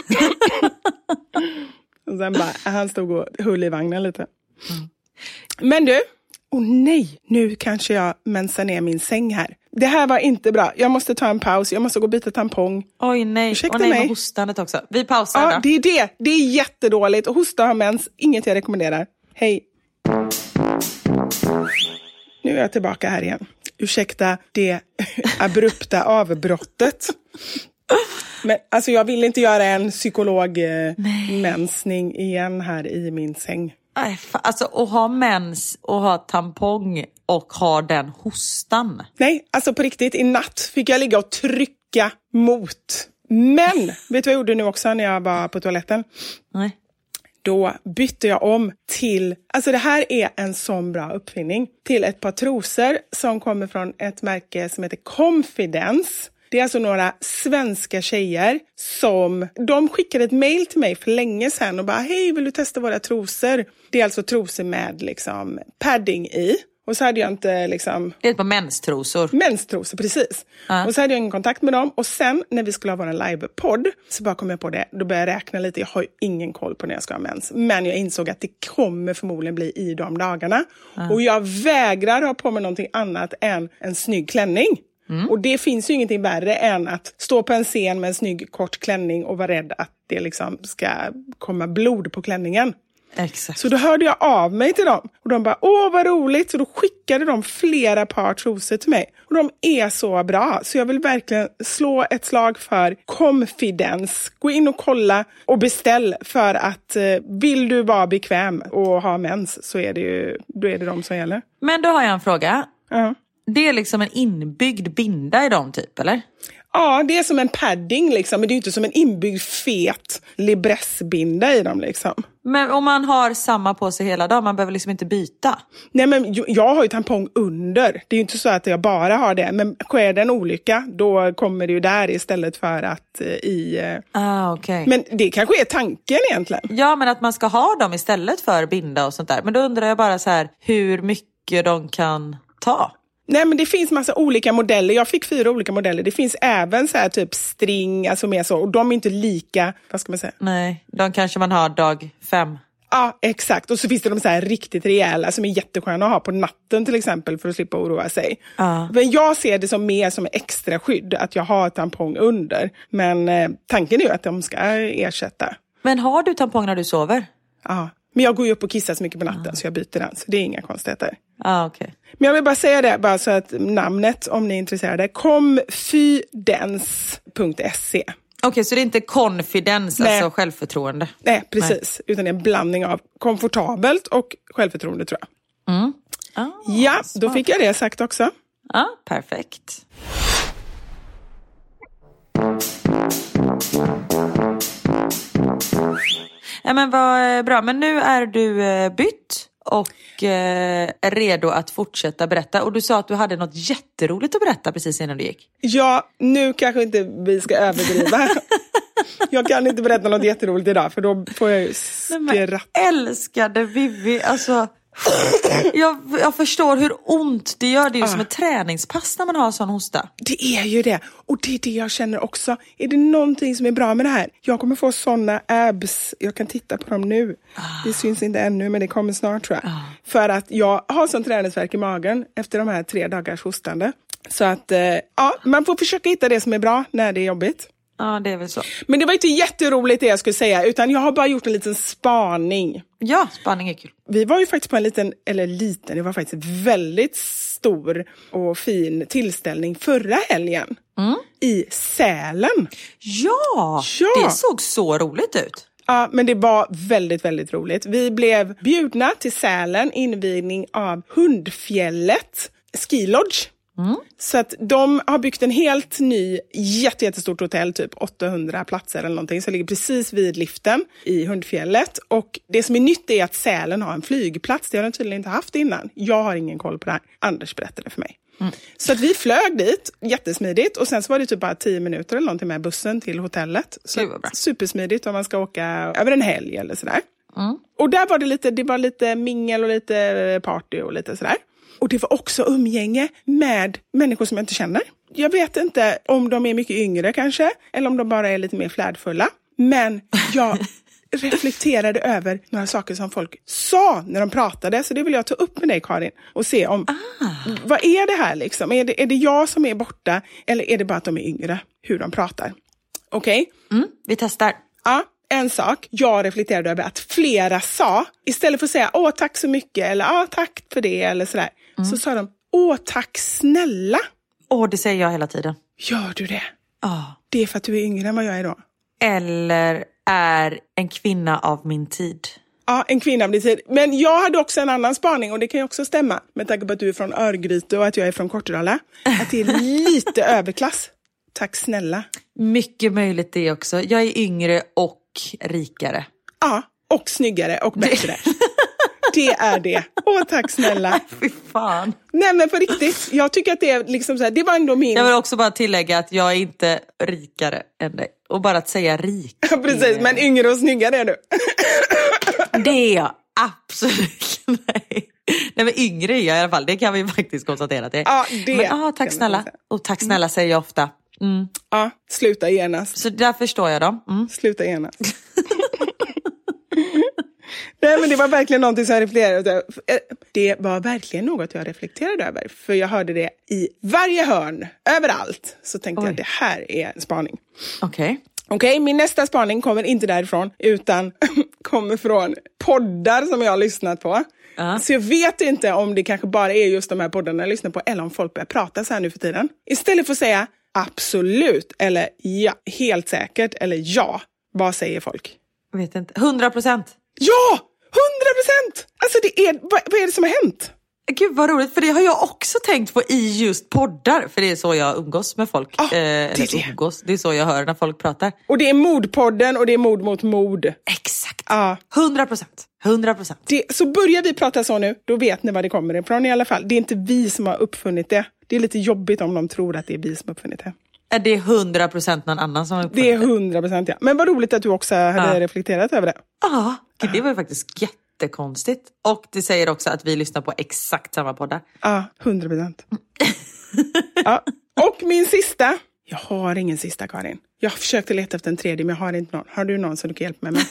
Och sen bara, han stod och höll i vagnen lite. Men du, nej, nu kanske jag mensar ner min säng här. Det här var inte bra. Jag måste ta en paus. Jag måste gå och byta tampong. Oj nej, Ursäkta nej mig. med hostandet också. Vi pausar då. Det är det. Det är jättedåligt. Och hosta och ha mens, inget jag rekommenderar. Hej. Nu är jag tillbaka här igen. Ursäkta det abrupta avbrottet. Men alltså jag vill inte göra en psykologmensning igen här i min säng. Alltså att ha mens och ha tampong och ha den hostan. Nej, alltså på riktigt, i natt fick jag ligga och trycka mot. Men, vet du vad jag gjorde nu också när jag var på toaletten? Nej. Då bytte jag om till, alltså det här är en sån bra uppfinning, till ett par trosor som kommer från ett märke som heter Confidence. Det är alltså några svenska tjejer som, de skickade ett mejl till mig för länge sedan och bara, hej, vill du testa våra trosor? Det är alltså trosor med liksom padding i. Och så hade jag inte liksom... Det är ett par menstrosor. Menstrosor, precis. Och så hade jag ingen kontakt med dem. Och sen när vi skulle ha vår livepodd så bara kom jag på det. Då började jag räkna lite. Jag har ju ingen koll på när jag ska ha mens. Men jag insåg att det kommer förmodligen bli i de dagarna. Och jag vägrar ha på mig någonting annat än en snygg klänning. Och det finns ju ingenting värre än att stå på en scen med en snygg kort klänning och vara rädd att det liksom ska komma blod på klänningen. Exakt. Så då hörde jag av mig till dem. Och de bara, åh vad roligt. Så då skickade de flera par trosor till mig. Och de är så bra. Så jag vill verkligen slå ett slag för Confidence. Gå in och kolla och beställ. För att vill du vara bekväm och ha mens så är det ju, då är det de som gäller. Men då har jag en fråga. Ja. Det är liksom en inbyggd binda i dem typ, eller? Ja, det är som en padding liksom. Men det är inte som en inbyggd fet libressbinda i dem liksom. Men om man har samma på sig hela dagen, man behöver liksom inte byta. Nej, men jag har ju tampong under. Det är ju inte så att jag bara har det. Men sker det en olycka, då kommer det ju där istället för att okay. Men det kanske är tanken egentligen. Ja, men att man ska ha dem istället för binda och sånt där. Men då undrar jag bara så här, hur mycket de kan ta. Nej, men det finns massa olika modeller. Jag fick 4 olika modeller. Det finns även så här typ string, alltså mer så. Och de är inte lika, vad ska man säga? Nej, de kanske man har dag 5. Ja, exakt. Och så finns det de så här riktigt rejäla som är jättesköna att ha på natten till exempel för att slippa oroa sig. Men jag ser det som mer som extra skydd att jag har tampong under. Men tanken är ju att de ska ersätta. Men har du tampong när du sover? Ja, men jag går ju upp och kissar så mycket på natten så jag byter den. Så det är inga konstigheter. Okay. Men jag vill bara säga det, bara så att namnet, om ni är intresserade, confidence.se. Okej, så det är inte confidence, alltså självförtroende? Nej, precis. Utan det är en blandning av komfortabelt och självförtroende, tror jag. Ja, då fick jag det sagt också. Ja, perfekt. Ja, men vad bra. Men nu är du bytt och är redo att fortsätta berätta. Och du sa att du hade något jätteroligt att berätta precis innan du gick. Ja, nu kanske inte vi ska överdriva. Jag kan inte berätta något jätteroligt idag, för då får jag ju skratta. Älskade Vivi, alltså... Jag förstår hur ont det gör. Det är ju som ett träningspass när man har sån hosta. Det är ju det. Och det är det jag känner också. Är det någonting som är bra med det här? Jag kommer få såna abs. Jag kan titta på dem nu. Det syns inte ännu, men det kommer snart, tror jag. För att jag har sån träningsvärk i magen efter de här 3 dagars hostande. Så att man får försöka hitta det som är bra när det är jobbigt. Ja, det är väl så. Men det var inte jätteroligt det jag skulle säga, utan jag har bara gjort en liten spaning. Ja, spaning är kul. Vi var ju faktiskt på en det var faktiskt väldigt stor och fin tillställning förra helgen. I Sälen. Ja, det såg så roligt ut. Ja, men det var väldigt, väldigt roligt. Vi blev bjudna till Sälen, invigning av Hundfjället Ski Lodge. Så att de har byggt en helt ny, jättestort hotell, typ 800 platser eller någonting, som ligger precis vid liften i Hundfjället. Och det som är nytt är att Sälen har en flygplats. Det har de tydligen inte haft innan. Jag har ingen koll på det här. Anders berättade för mig. Så att vi flög dit, jättesmidigt. Och sen så var det typ bara 10 minuter eller någonting med bussen till hotellet. Så supersmidigt om man ska åka över en helg eller sådär. Och där var det var lite mingel och lite party och lite sådär. Och det var också umgänge med människor som jag inte känner. Jag vet inte om de är mycket yngre kanske. Eller om de bara är lite mer flärdfulla. Men jag reflekterade över några saker som folk sa när de pratade. Så det vill jag ta upp med dig, Karin. Och se om, vad är det här liksom? Är det jag som är borta? Eller är det bara att de är yngre? Hur de pratar. Okej? Vi testar. Ja. En sak jag reflekterade över att flera sa, istället för att säga åh tack så mycket eller tack för det eller sådär, så sa de åh tack snälla. Det säger jag hela tiden. Gör du det? Ja. Det är för att du är yngre än vad jag är då. Eller är en kvinna av min tid. Ja, en kvinna av din tid. Men jag hade också en annan spaning och det kan ju också stämma. Med tanke på att du är från Örgryte och att jag är från Kortedala. Att det är lite överklass. Tack snälla. Mycket möjligt det också. Jag är yngre och rikare. Ja, och snyggare och bättre. Det är det. Tack snälla. Fy fan. Nej men på riktigt, jag tycker att det är liksom så här, det var ändå min... Jag vill också bara tillägga att jag är inte rikare än dig. Och bara att säga rik. Ja precis, men yngre och snyggare är du. Det är jag, absolut. Nej men yngre är jag i alla fall, det kan vi faktiskt konstatera till. Ja, det. Men tack snälla. Och tack snälla säger jag ofta. Ja, sluta genast. Så där förstår jag dem. Sluta genast. Nej men det var verkligen någonting som jag reflekterade över. Det var verkligen något jag reflekterade över. För jag hörde det i varje hörn, överallt. Så tänkte jag, det här är en spaning. Okej, min nästa spaning kommer inte därifrån. Utan kommer från poddar som jag har lyssnat på. Så jag vet inte om det kanske bara är just de här poddarna jag lyssnar på. Eller om folk börjar prata så här nu för tiden. Istället för att säga absolut. Eller ja, helt säkert. Eller ja, vad säger folk? Jag vet inte, 100%. Ja, 100%! Alltså vad är det som har hänt? Gud vad roligt, för det har jag också tänkt på i just poddar. För det är så jag umgås med folk. Det är så jag hör när folk pratar. Och det är Mordpodden och det är Mord mot mord. Exakt, 100%. Så börjar vi prata så nu, då vet ni vad det kommer ifrån i alla fall. Det är inte vi som har uppfunnit det. Det är lite jobbigt om de tror att det är vi som har uppfunnit det. Är det 100% någon annan som har uppfunnit det? Det är 100%, ja. Men vad roligt att du också hade reflekterat över det. Ja, det var ju faktiskt jättekonstigt. Och det säger också att vi lyssnar på exakt samma poddar. Ja, 100%. Ja. Och min sista. Jag har ingen sista, Karin. Jag försökte leta efter en tredje, men jag har inte någon. Har du någon som du kan hjälpa mig?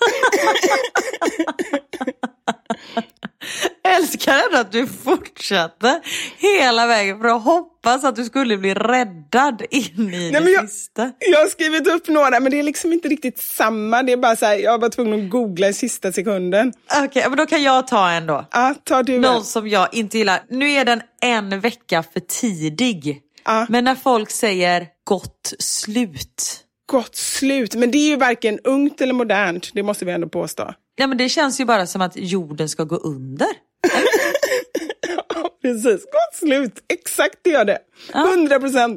Jag älskar att du fortsatte hela vägen för att hoppas att du skulle bli räddad in i det sista. Jag har skrivit upp några, men det är liksom inte riktigt samma. Det är bara så här, jag var tvungen att googla i sista sekunden. Okej, men då kan jag ta en då. Ja, ta du någon som jag inte gillar. Nu är den en vecka för tidig. Men när folk säger gott slut. Gott slut, men det är ju varken ungt eller modernt. Det måste vi ändå påstå. Ja, men det känns ju bara som att jorden ska gå under. Ja, precis, gott slut. Exakt, det gör det. 100%.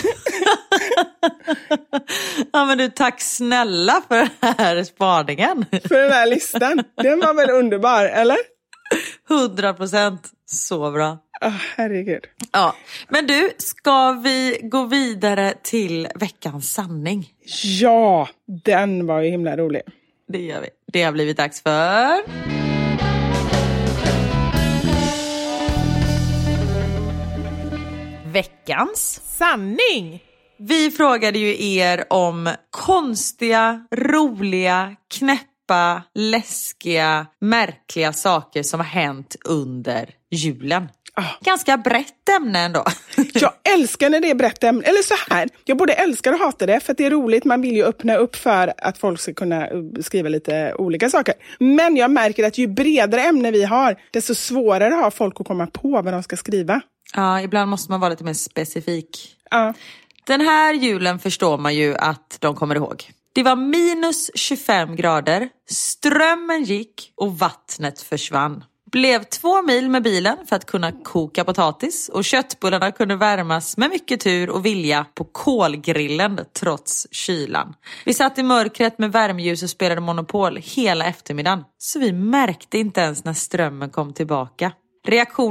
Ja, men du, tack snälla för den här spaningen. För den här listan. Den var väl underbar, eller? 100%. Så bra. Herregud. Ja, men du, ska vi gå vidare till veckans sanning? Ja, den var ju himla rolig. Det gör vi. Det har blivit dags för... veckans sanning. Vi frågade ju er om konstiga, roliga, knäppa, läskiga, märkliga saker som har hänt under julen. Ganska brett ämne ändå. Jag älskar när det är brett ämne. Eller så här, jag både älskar och hatar det för att det är roligt. Man vill ju öppna upp för att folk ska kunna skriva lite olika saker. Men jag märker att ju bredare ämne vi har, desto svårare har folk att komma på vad de ska skriva. Ja, ibland måste man vara lite mer specifik. Ja. Den här julen förstår man ju att de kommer ihåg. Det var minus 25 grader, strömmen gick och vattnet försvann. Blev 2 mil med bilen för att kunna koka potatis och köttbullarna kunde värmas med mycket tur och vilja på kolgrillen trots kylan. Vi satt i mörkret med värmeljus och spelade Monopol hela eftermiddagen, så vi märkte inte ens när strömmen kom tillbaka. Reaktionen?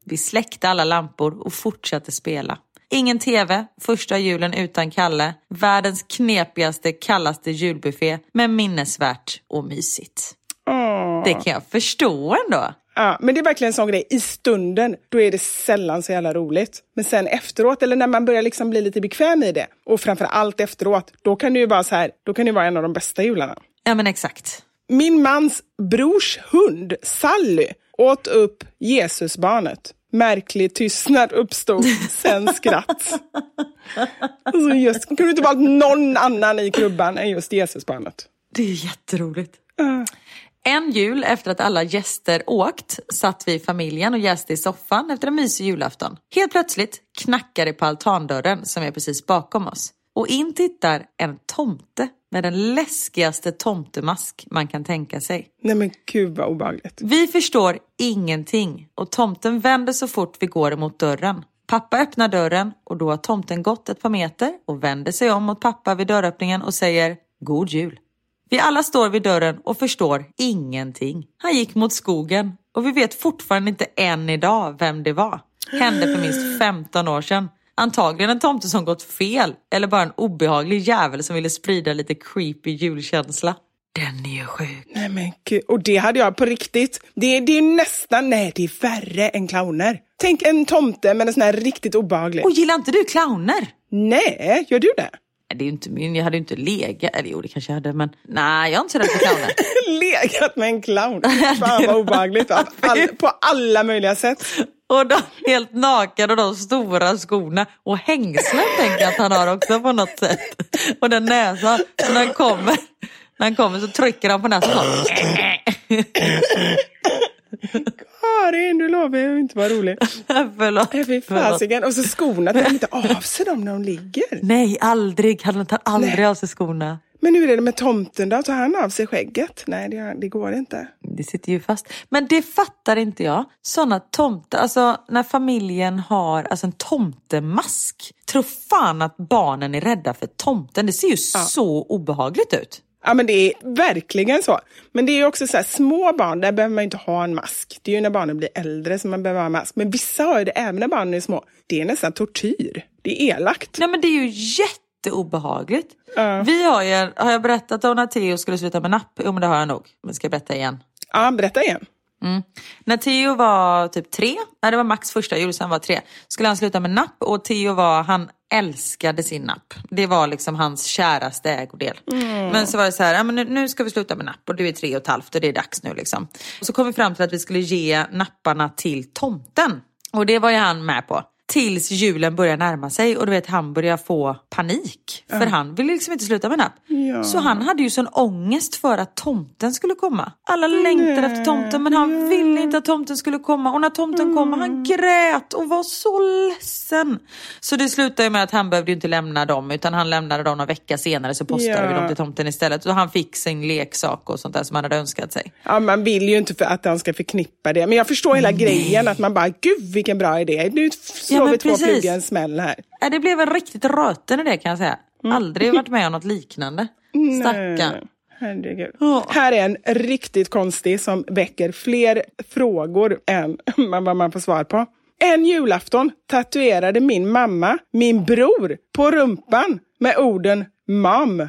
Vi släckte alla lampor och fortsatte spela. Ingen tv, första julen utan Kalle, världens knepigaste, kallaste julbuffé, men minnesvärt och mysigt. Det kan jag förstå ändå. Ja, men det är verkligen en sån grej. I stunden, då är det sällan så jävla roligt. Men sen efteråt, eller när man börjar liksom bli lite bekväm i det, och framförallt efteråt, då kan det ju vara så här, då kan det vara en av de bästa jularna. Ja, men exakt. Min mans brors hund, Sally, åt upp Jesusbarnet. Märklig tystnad uppstod, sen skratt. Alltså just, kunde det inte vara någon annan i krubban än just Jesusbarnet? Det är jätteroligt. En jul efter att alla gäster åkt satt vi i familjen och jäste i soffan efter en mysig julafton. Helt plötsligt knackar det på altandörren som är precis bakom oss. Och in tittar en tomte med den läskigaste tomtemask man kan tänka sig. Nej men gud vad obehagligt. Vi förstår ingenting och tomten vänder så fort vi går emot dörren. Pappa öppnar dörren och då har tomten gått ett par meter och vänder sig om mot pappa vid dörröppningen och säger God jul. Vi alla står vid dörren och förstår ingenting. Han gick mot skogen och vi vet fortfarande inte än idag vem det var. Hände för minst 15 år sedan. Antagligen en tomte som gått fel eller bara en obehaglig jävel som ville sprida lite creepy julkänsla. Den är ju sjuk. Nej men gud, och det hade jag på riktigt. Det är nästan, nej det är värre än clowner. Tänk en tomte med en sån här riktigt obehaglig. Och gillar inte du clowner? Nej, gör du det? Det är ju inte min, jag hade ju inte legat, eller jo det kanske jag hade, men nej jag är inte så rädd för clowner. Legat med en clown, fan vad obehagligt, på alla möjliga sätt. Och de helt nakade och de stora skorna och hängslen tänker jag att han har också på något sätt. Och den näsan, så när han kommer så trycker han på näsan. Karin, du lovar ju inte vara rolig. Förlåt. Och så skorna, tar de inte av sig dem när de ligger? Nej, aldrig. Han tar aldrig av sig skorna. Men hur är det med tomten då? Tar han av sig skägget? Nej, det går inte. Det sitter ju fast. Men det fattar inte jag. Sådana tomter, alltså när familjen har alltså en tomtemask. Tror fan att barnen är rädda för tomten. Det ser ju så obehagligt ut. Ja, men det är verkligen så. Men det är ju också så här, små barn, där behöver man inte ha en mask. Det är ju när barnen blir äldre som man behöver ha en mask. Men vissa har ju det även när barnen är små. Det är nästan tortyr. Det är elakt. Nej, men det är ju jätteobehagligt. Vi har jag berättat om när Theo skulle sluta med napp? Jo, men det har jag nog. Men ska jag berätta igen? Ja, berätta igen. När Theo var typ 3, det var Max första jul, sen var 3, skulle han sluta med napp och Theo han älskade sin napp. Det var liksom hans käraste ägodel. Men så var det så här, men nu ska vi sluta med napp och du är 3,5 och det är dags nu liksom. Och så kom vi fram till att vi skulle ge napparna till tomten. Och det var ju han med på. Tills julen börjar närma sig och du vet han börjar få panik. För han ville liksom inte sluta med napp. Ja. Så han hade ju sån ångest för att tomten skulle komma. Alla längtade efter tomten men han ville inte att tomten skulle komma. Och när tomten kom han grät och var så ledsen. Så det slutade med att han behövde inte lämna dem utan han lämnade dem några veckor senare så postade vi dem till tomten istället. Och han fick sin leksak och sånt där som han hade önskat sig. Ja, man vill ju inte för att han ska förknippa det. Men jag förstår hela grejen att man bara, gud vilken bra idé. Nu slår vi 2 flugor en smäll här. Det blev en riktigt röten i det kan jag säga. Aldrig varit med om något liknande. Stackarn. Herregud. Här är en riktigt konstig som väcker fler frågor än vad man får svar på. En julafton tatuerade min mamma min bror på rumpan med orden mom.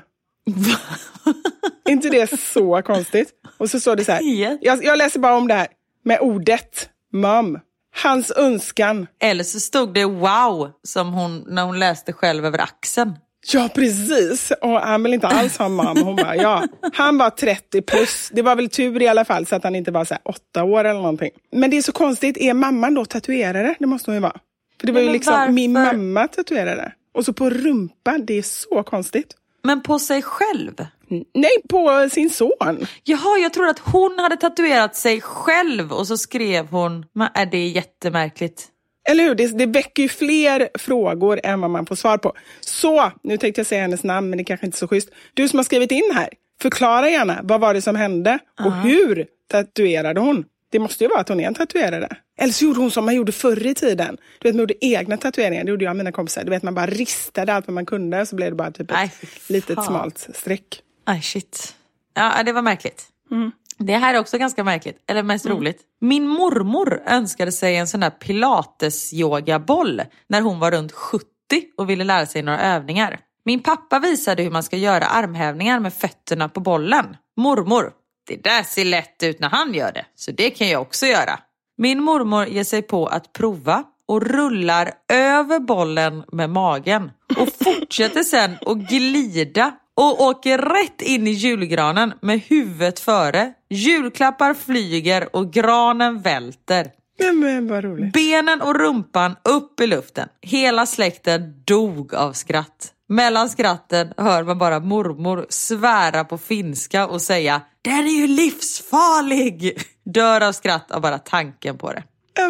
Inte det så konstigt? Och så står det så här. Jag läser bara om det här med ordet mom. Hans önskan. Eller så stod det wow som när hon läste själv över axeln. Ja, precis. Och han vill inte alls ha mamma. Hon bara, ja. Han var 30 plus. Det var väl tur i alla fall så att han inte var så här 8 år eller någonting. Men det är så konstigt. Är mamman då tatuerare? Det måste hon ju vara. För det var ju liksom varför? Min mamma tatuerade. Och så på rumpan. Det är så konstigt. Men på sig själv? Nej, på sin son. Jaha, jag tror att hon hade tatuerat sig själv och så skrev hon. Men det är jättemärkligt. Eller hur? Det väcker ju fler frågor än vad man får svar på. Så, nu tänkte jag säga hennes namn men det kanske inte är så schysst. Du som har skrivit in här, förklara gärna. Vad var det som hände? Och hur tatuerade hon? Det måste ju vara att hon är en tatuerare. Eller så gjorde hon som man gjorde förr i tiden. Du vet, man gjorde egna tatueringar. Det gjorde jag och mina kompisar. Du vet, man bara ristade allt vad man kunde. Så blev det bara typ ett litet smalt streck. Aj, shit. Ja, det var märkligt. Det här är också ganska märkligt, eller mest roligt. Min mormor önskade sig en sån där pilates-yogaboll när hon var runt 70 och ville lära sig några övningar. Min pappa visade hur man ska göra armhävningar med fötterna på bollen. Mormor, det där ser lätt ut när han gör det, så det kan jag också göra. Min mormor ger sig på att prova och rullar över bollen med magen och fortsätter sen att glida och åker rätt in i julgranen med huvudet före. Julklappar flyger och granen välter. Men vad roligt. Benen och rumpan upp i luften. Hela släkten dog av skratt. Mellan skratten hör man bara mormor svära på finska och säga: den är ju livsfarlig! Dör av skratt av bara tanken på det.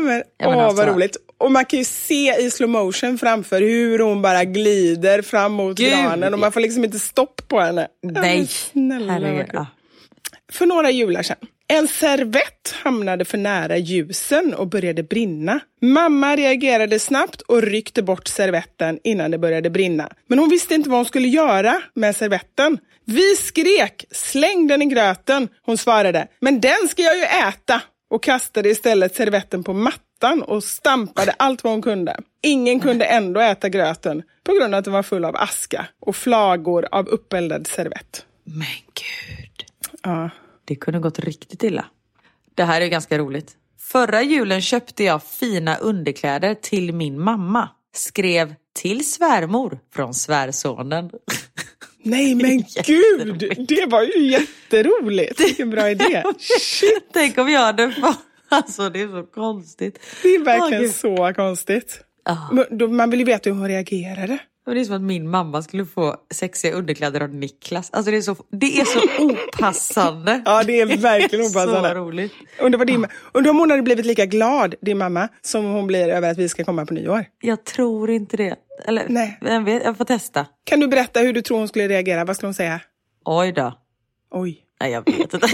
Vad roligt. Och man kan ju se i slow motion framför hur hon bara glider fram mot granen. Och man får liksom inte stopp på henne. Nej, snälla. För några jular sedan. En servett hamnade för nära ljusen och började brinna. Mamma reagerade snabbt och ryckte bort servetten innan det började brinna. Men hon visste inte vad hon skulle göra med servetten. Vi skrek, släng den i gröten. Hon svarade, men den ska jag ju äta. Och kastade istället servetten på mattan och stampade allt vad hon kunde. Ingen kunde ändå äta gröten på grund av att den var full av aska och flagor av uppeldad servett. Men gud. Ja. Det kunde gått riktigt illa. Det här är ganska roligt. Förra julen köpte jag fina underkläder till min mamma. Skrev till svärmor från svärsonen. Nej men gud, det var ju jätteroligt. Vilken bra idé. Shit. Tänk om jag hade fått. Alltså det är så konstigt. Det är verkligen så konstigt. Man vill ju veta hur hon reagerade. Det är som att min mamma skulle få sexiga underkläder av Niklas. Alltså det är så opassande. Ja, det är verkligen opassande. Så roligt. Undrar om hon hade blivit lika glad, din mamma, som hon blir över att vi ska komma på nyår. Jag tror inte det. Eller, nej. Jag får testa. Kan du berätta hur du tror hon skulle reagera? Vad skulle hon säga? Oj då. Oj. Nej, jag vet inte.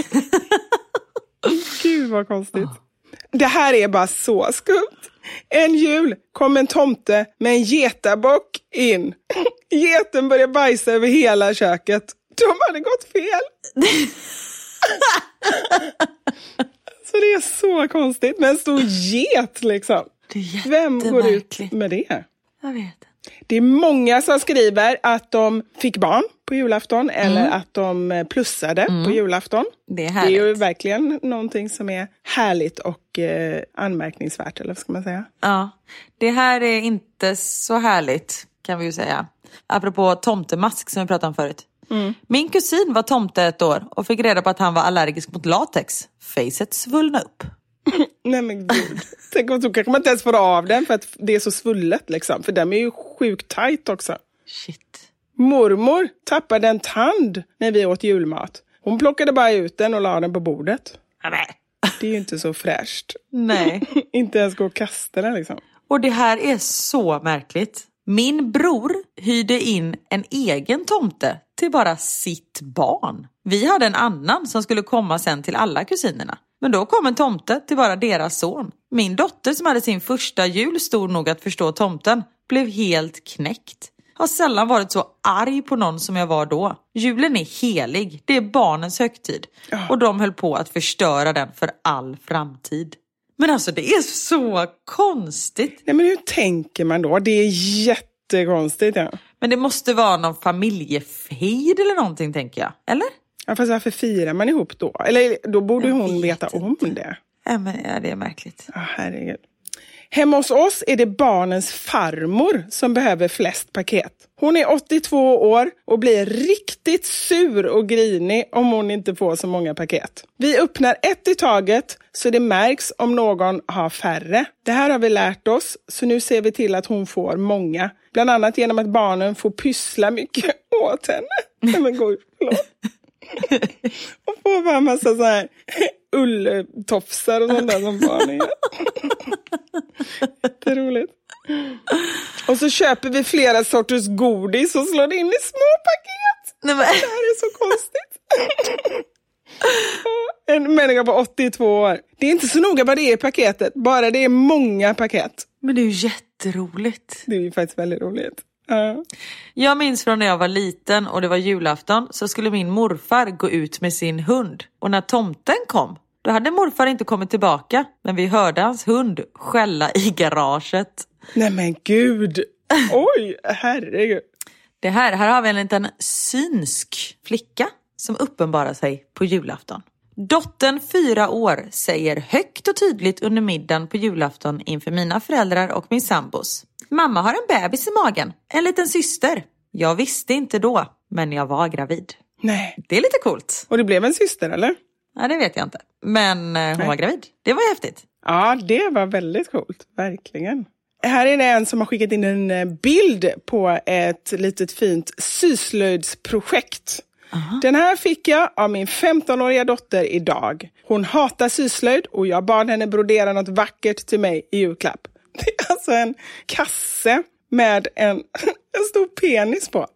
Gud vad konstigt. Det här är bara så skumt. En jul kom en tomte med en getabock in. Geten började bajsa över hela köket. De hade gått fel. Så det är så konstigt. Men en stor get liksom. Vem går ut med det? Jag vet. Det är många som skriver att de fick barn på julafton eller att de plussade på julafton. Det är härligt. Det är ju verkligen någonting som är härligt och anmärkningsvärt, eller vad ska man säga? Ja, det här är inte så härligt kan vi ju säga. Apropå tomtemask som vi pratade om förut. Min kusin var tomte ett år och fick reda på att han var allergisk mot latex. Facet svullna upp. Nej men gud. Tänk om så kanske man inte ens får av den för att det är så svullet liksom. För den är ju sjukt tajt också. Shit. Mormor tappade en tand när vi åt julmat. Hon plockade bara ut den och la den på bordet. Nej. Det är ju inte så fräscht. Nej. Inte ens gå och kasta den liksom. Och det här är så märkligt. Min bror hyrde in en egen tomte till bara sitt barn. Vi hade en annan som skulle komma sen till alla kusinerna. Men då kom en tomte till bara deras son. Min dotter som hade sin första jul stor nog att förstå tomten blev helt knäckt. Har sällan varit så arg på någon som jag var då. Julen är helig. Det är barnens högtid. Och de höll på att förstöra den för all framtid. Men alltså det är så konstigt. Nej men hur tänker man då? Det är jättekonstigt. Ja. Men det måste vara någon familjefejd eller någonting tänker jag. Eller? Ja fast varför firar man ihop då? Eller då borde hon veta om det. Ja men det är märkligt. Ja herregud. Hemma hos oss är det barnens farmor som behöver flest paket. Hon är 82 år och blir riktigt sur och grinig om hon inte får så många paket. Vi öppnar ett i taget så det märks om någon har färre. Det här har vi lärt oss så nu ser vi till att hon får många. Bland annat genom att barnen får pyssla mycket åt henne. Nej men gud, förlåt. Och får bara en massa så här ulltofsar och sånt där som barnen gör. Det är roligt. Och så köper vi flera sorters godis och slår in i små paket. Nej, men... Det här är så konstigt. En människa på 82 år. Det är inte så noga vad det är i paketet. Bara det är många paket. Men det är ju jätteroligt. Det är ju faktiskt väldigt roligt. Jag minns från när jag var liten och det var julafton, så skulle min morfar gå ut med sin hund. Och när tomten kom, då hade morfar inte kommit tillbaka, men vi hörde hans hund skälla i garaget. Nej men gud. Oj, herregud. Här har vi en liten synsk flicka som uppenbarar sig på julafton. Dottern 4 år säger högt och tydligt under middagen på julafton inför mina föräldrar och min sambos: mamma har en bebis i magen, en liten syster. Jag visste inte då, men jag var gravid. Nej. Det är lite coolt. Och det blev en syster, eller? Nej, det vet jag inte. Men hon var gravid. Det var häftigt. Ja, det var väldigt coolt. Verkligen. Här är det en som har skickat in en bild på ett litet fint syslöjdsprojekt. Den här fick jag av min 15-åriga dotter idag. Hon hatar syslöjd och jag bad henne brodera något vackert till mig i julklapp. Det är alltså en kasse med en stor penis på.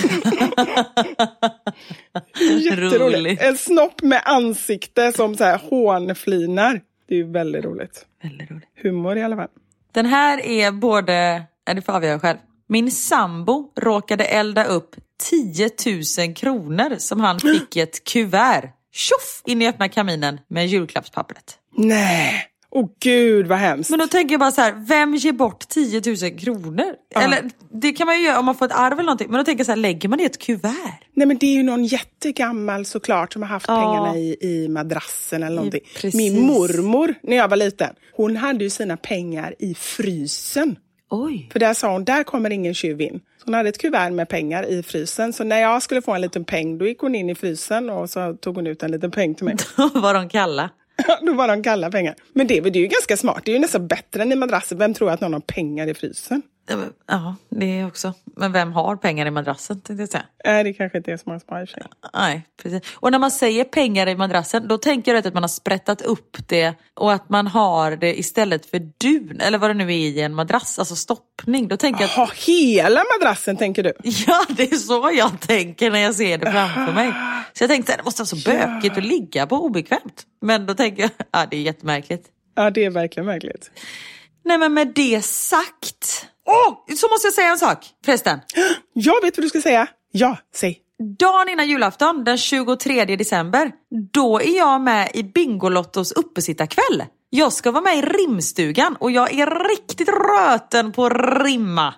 Jätteroligt. En snopp med ansikte som så här hånflinar. Det är ju väldigt roligt. Väldigt roligt. Humor i alla fall. Den här är både... det får avgöra själv. Min sambo råkade elda upp 10 000 kronor som han fick i ett kuvert. Tjoff! In i öppna kaminen med julklappspappret. Nej! Åh gud, vad hemskt. Men då tänker jag bara så här, vem ger bort 10 000 kronor? Eller det kan man ju göra om man får ett arv eller någonting. Men då tänker jag så här, lägger man det i ett kuvert? Nej, men det är ju någon jättegammal såklart som har haft pengarna i madrassen eller någonting. Precis. Min mormor, när jag var liten, hon hade ju sina pengar i frysen. Oj. För där sa hon, där kommer ingen tjuv in. Så hon hade ett kuvert med pengar i frysen. Så när jag skulle få en liten peng, då gick hon in i frysen och så tog hon ut en liten peng till mig. Då var de kalla. Då var de kalla pengar. Men det är ju ganska smart. Det är ju nästan bättre än i madrassen. Vem tror att någon har pengar i frysen? Ja, det är också. Men vem har pengar i madrassen, tänkte jag säga? Nej, det kanske inte är som man sparar i sig. Nej, precis. Och när man säger pengar i madrassen, då tänker jag att man har sprättat upp det och att man har det istället för dun, eller vad det nu är i en madrass, alltså stoppning. Då tänker jag att... hela madrassen tänker du? Ja, det är så jag tänker när jag ser det framför mig. Så jag tänkte att det måste vara så bökigt att ligga på, obekvämt. Men då tänker jag, det är jättemärkligt. Ja, det är verkligen märkligt. Nej, men med det sagt... så måste jag säga en sak, förresten. Jag vet vad du ska säga. Ja, säg. Dagen innan julafton, den 23 december, då är jag med i Bingolottos uppesittarkväll. Jag ska vara med i rimstugan och jag är riktigt röten på rimma.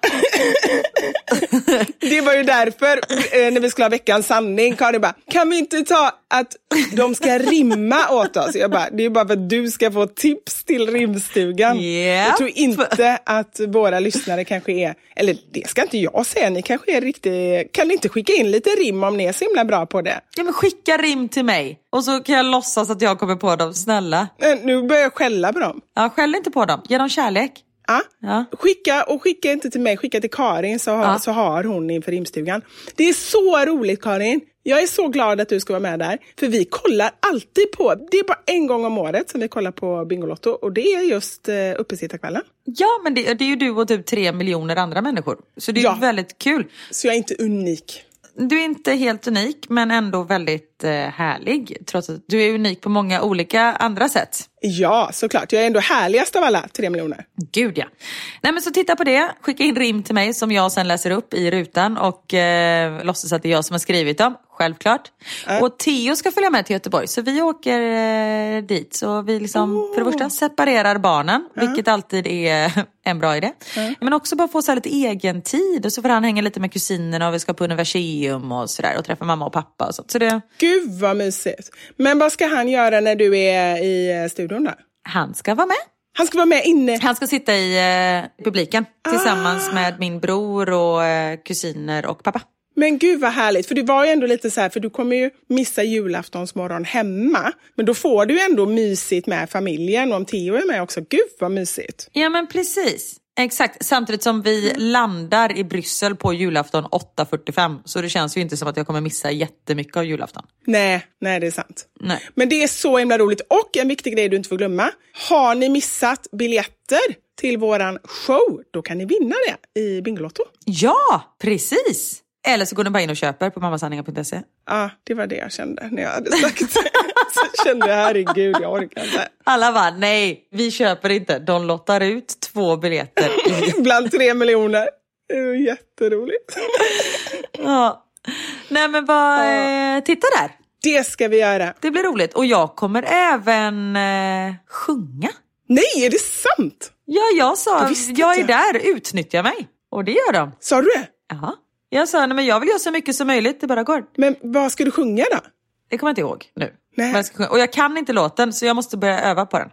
Det var ju därför när vi skulle ha veckans sanning, Karin bara, kan vi inte ta att de ska rimma åt oss? Jag bara, det är ju bara för att du ska få tips till rimstugan. Yeah. Jag tror inte att våra lyssnare kanske är, eller det ska inte jag säga, ni kanske är riktigt, kan ni inte skicka in lite rim om ni är så himla bra på det? Ja, men skicka rim till mig och så kan jag låtsas att jag kommer på dem, snälla. Nu börjar jag skälla på dem. Ja, skäll inte på dem, ge dem kärlek. Ja. Skicka inte till mig, skicka till Karin så har hon inför rimstugan. Det är så roligt, Karin. Jag är så glad att du ska vara med där. För vi kollar alltid på, det är bara en gång om året som vi kollar på Bingolotto. Och det är just uppesittarkvällen. Ja, men det är ju du och typ 3 miljoner andra människor. Så det är väldigt kul. Så jag är inte unik. Du är inte helt unik, men ändå väldigt härlig. Trots att du är unik på många olika andra sätt. Ja, såklart. Jag är ändå härligast av alla 3 miljoner. Gud, ja. Nej, men så titta på det. Skicka in rim till mig som jag sen läser upp i rutan. Och låtsas att det är jag som har skrivit dem. Självklart. Och Theo ska följa med till Göteborg. Så vi åker dit. Så vi liksom för det första separerar barnen. Vilket alltid är en bra idé. Men också bara få så här lite egen tid. Och så får han hänga lite med kusinerna. Och vi ska på universium och sådär. Och träffa mamma och pappa och sånt. Så det... Gud vad mysigt. Men vad ska han göra när du är i studion där? Han ska vara med. Han ska vara med inne? Han ska sitta i publiken. Tillsammans med min bror och kusiner och pappa. Men gud vad härligt, för det var ju ändå lite så här, för du kommer ju missa julaftonsmorgon hemma. Men då får du ändå mysigt med familjen och om Theo är med också. Gud vad mysigt. Ja, men precis. Exakt, samtidigt som vi landar i Bryssel på julafton 8:45. Så det känns ju inte som att jag kommer missa jättemycket av julafton. Nej, det är sant. Nej. Men det är så himla roligt. Och en viktig grej du inte får glömma. Har ni missat biljetter till våran show, då kan ni vinna det i Bingolotto. Ja, precis. Eller så går ni bara in och köper på mammasanningar.se. Ja, det var det jag kände när jag hade sagt det. Så kände jag, herregud, jag orkar inte. Alla bara, nej, vi köper inte. De lottar ut 2 biljetter. Bland 3 miljoner. Det är jätteroligt. Ja. Nej men titta där. Det ska vi göra. Det blir roligt. Och jag kommer även sjunga. Nej, är det sant? Ja, jag sa, jag är där, utnyttja mig. Och det gör de. Sa du det? Ja. Jag sa, nej men jag vill göra så mycket som möjligt, det bara går. Men vad ska du sjunga då? Det kommer jag inte ihåg nu. Nej. Och jag kan inte låten, så jag måste börja öva på den.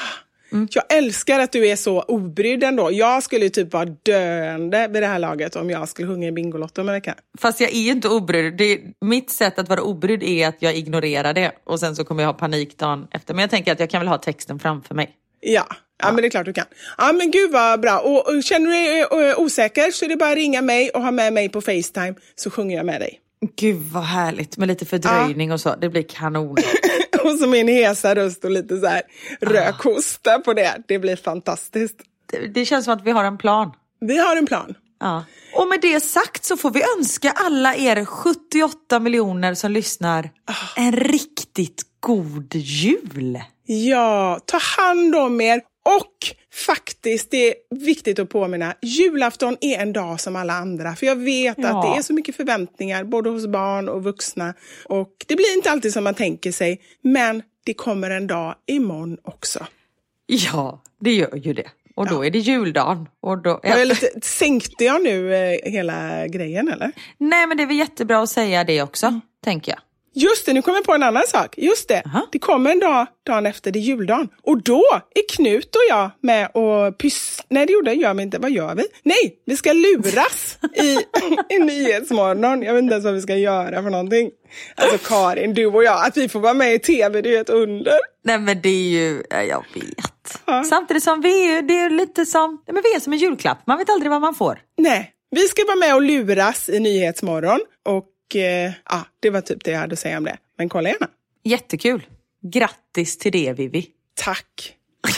Jag älskar att du är så obrydd ändå. Jag skulle typ vara döende vid det här laget om jag skulle sjunga i Bingolotto om en vecka. Fast jag är ju inte obrydd. Mitt sätt att vara obrydd är att jag ignorerar det. Och sen så kommer jag ha panik dagen efter. Men jag tänker att jag kan väl ha texten framför mig. Ja, men det är klart du kan. Ja, men gud vad bra. Och känner du dig osäker så är det bara att ringa mig och ha med mig på FaceTime, så sjunger jag med dig. Gud vad härligt, med lite fördröjning och så. Det blir kanon. Och så min hesa röst och lite så här rökhosta på det. Det blir fantastiskt. Det känns som att vi har en plan. Vi har en plan. Ja. Och med det sagt så får vi önska alla er 78 miljoner som lyssnar en riktigt god jul. Ja, ta hand om er. Och faktiskt, det är viktigt att påminna, julafton är en dag som alla andra. För jag vet att det är så mycket förväntningar, både hos barn och vuxna. Och det blir inte alltid som man tänker sig, men det kommer en dag imorgon också. Ja, det gör ju det. Och då är det juldagen. Och då, sänkte jag nu hela grejen, eller? Nej, men det är väl jättebra att säga det också, tänker jag. Just det, nu kommer jag på en annan sak. Just det, det kommer en dag, dagen efter det juldagen. Och då är Knut och jag med och Nej, det gör vi inte. Vad gör vi? Nej, vi ska luras i Nyhetsmorgon. Jag vet inte ens vad vi ska göra för någonting. Alltså Karin, du och jag, att vi får vara med i tv, det är ett under. Nej, men det är ju, jag vet. Ja. Samtidigt som det är lite som, men vi är som en julklapp. Man vet aldrig vad man får. Nej, vi ska vara med och luras i Nyhetsmorgon. Och det var typ det jag hade att säga om det. Men kolla gärna. Jättekul. Grattis till det, Vivi. Tack.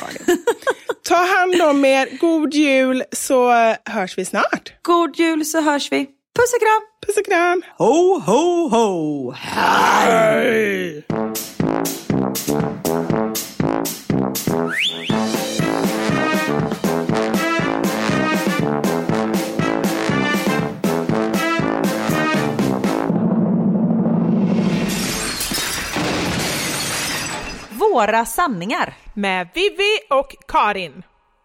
Ta hand om er. God jul, så hörs vi snart. God jul, så hörs vi. Puss och kram. Puss och kram. Ho, ho, ho. Hej. Våra sanningar med Vivi och Karin.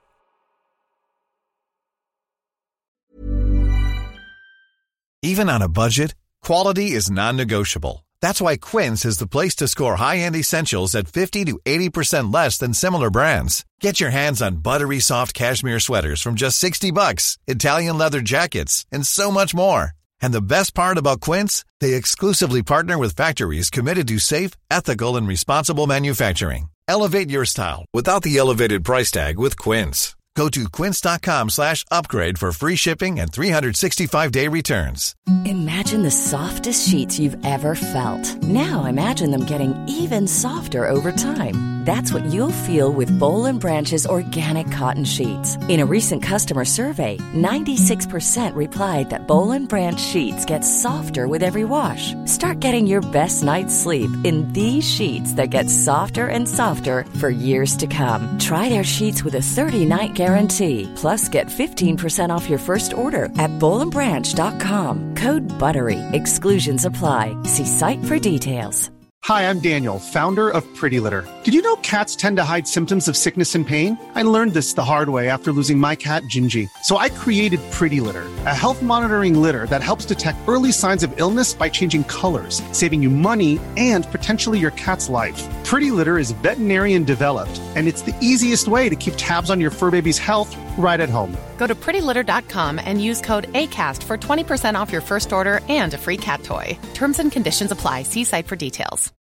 Even on a budget, quality is non-negotiable. That's why Quince is the place to score high-end essentials at 50 to 80% less than similar brands. Get your hands on buttery soft cashmere sweaters from just $60, Italian leather jackets, and so much more. And the best part about Quince, they exclusively partner with factories committed to safe, ethical, and responsible manufacturing. Elevate your style without the elevated price tag with Quince. Go to quince.com/upgrade for free shipping and 365-day returns. Imagine the softest sheets you've ever felt. Now imagine them getting even softer over time. That's what you'll feel with Boll & Branch's organic cotton sheets. In a recent customer survey, 96% replied that Boll & Branch sheets get softer with every wash. Start getting your best night's sleep in these sheets that get softer and softer for years to come. Try their sheets with a 30-night guarantee. Plus, get 15% off your first order at bollandbranch.com. Code BUTTERY. Exclusions apply. See site for details. Hi, I'm Daniel, founder of Pretty Litter. Did you know cats tend to hide symptoms of sickness and pain? I learned this the hard way after losing my cat, Gingy. So I created Pretty Litter, a health monitoring litter that helps detect early signs of illness by changing colors, saving you money and potentially your cat's life. Pretty Litter is veterinarian developed, and it's the easiest way to keep tabs on your fur baby's health right at home. Go to prettylitter.com and use code ACAST for 20% off your first order and a free cat toy. Terms and conditions apply. See site for details.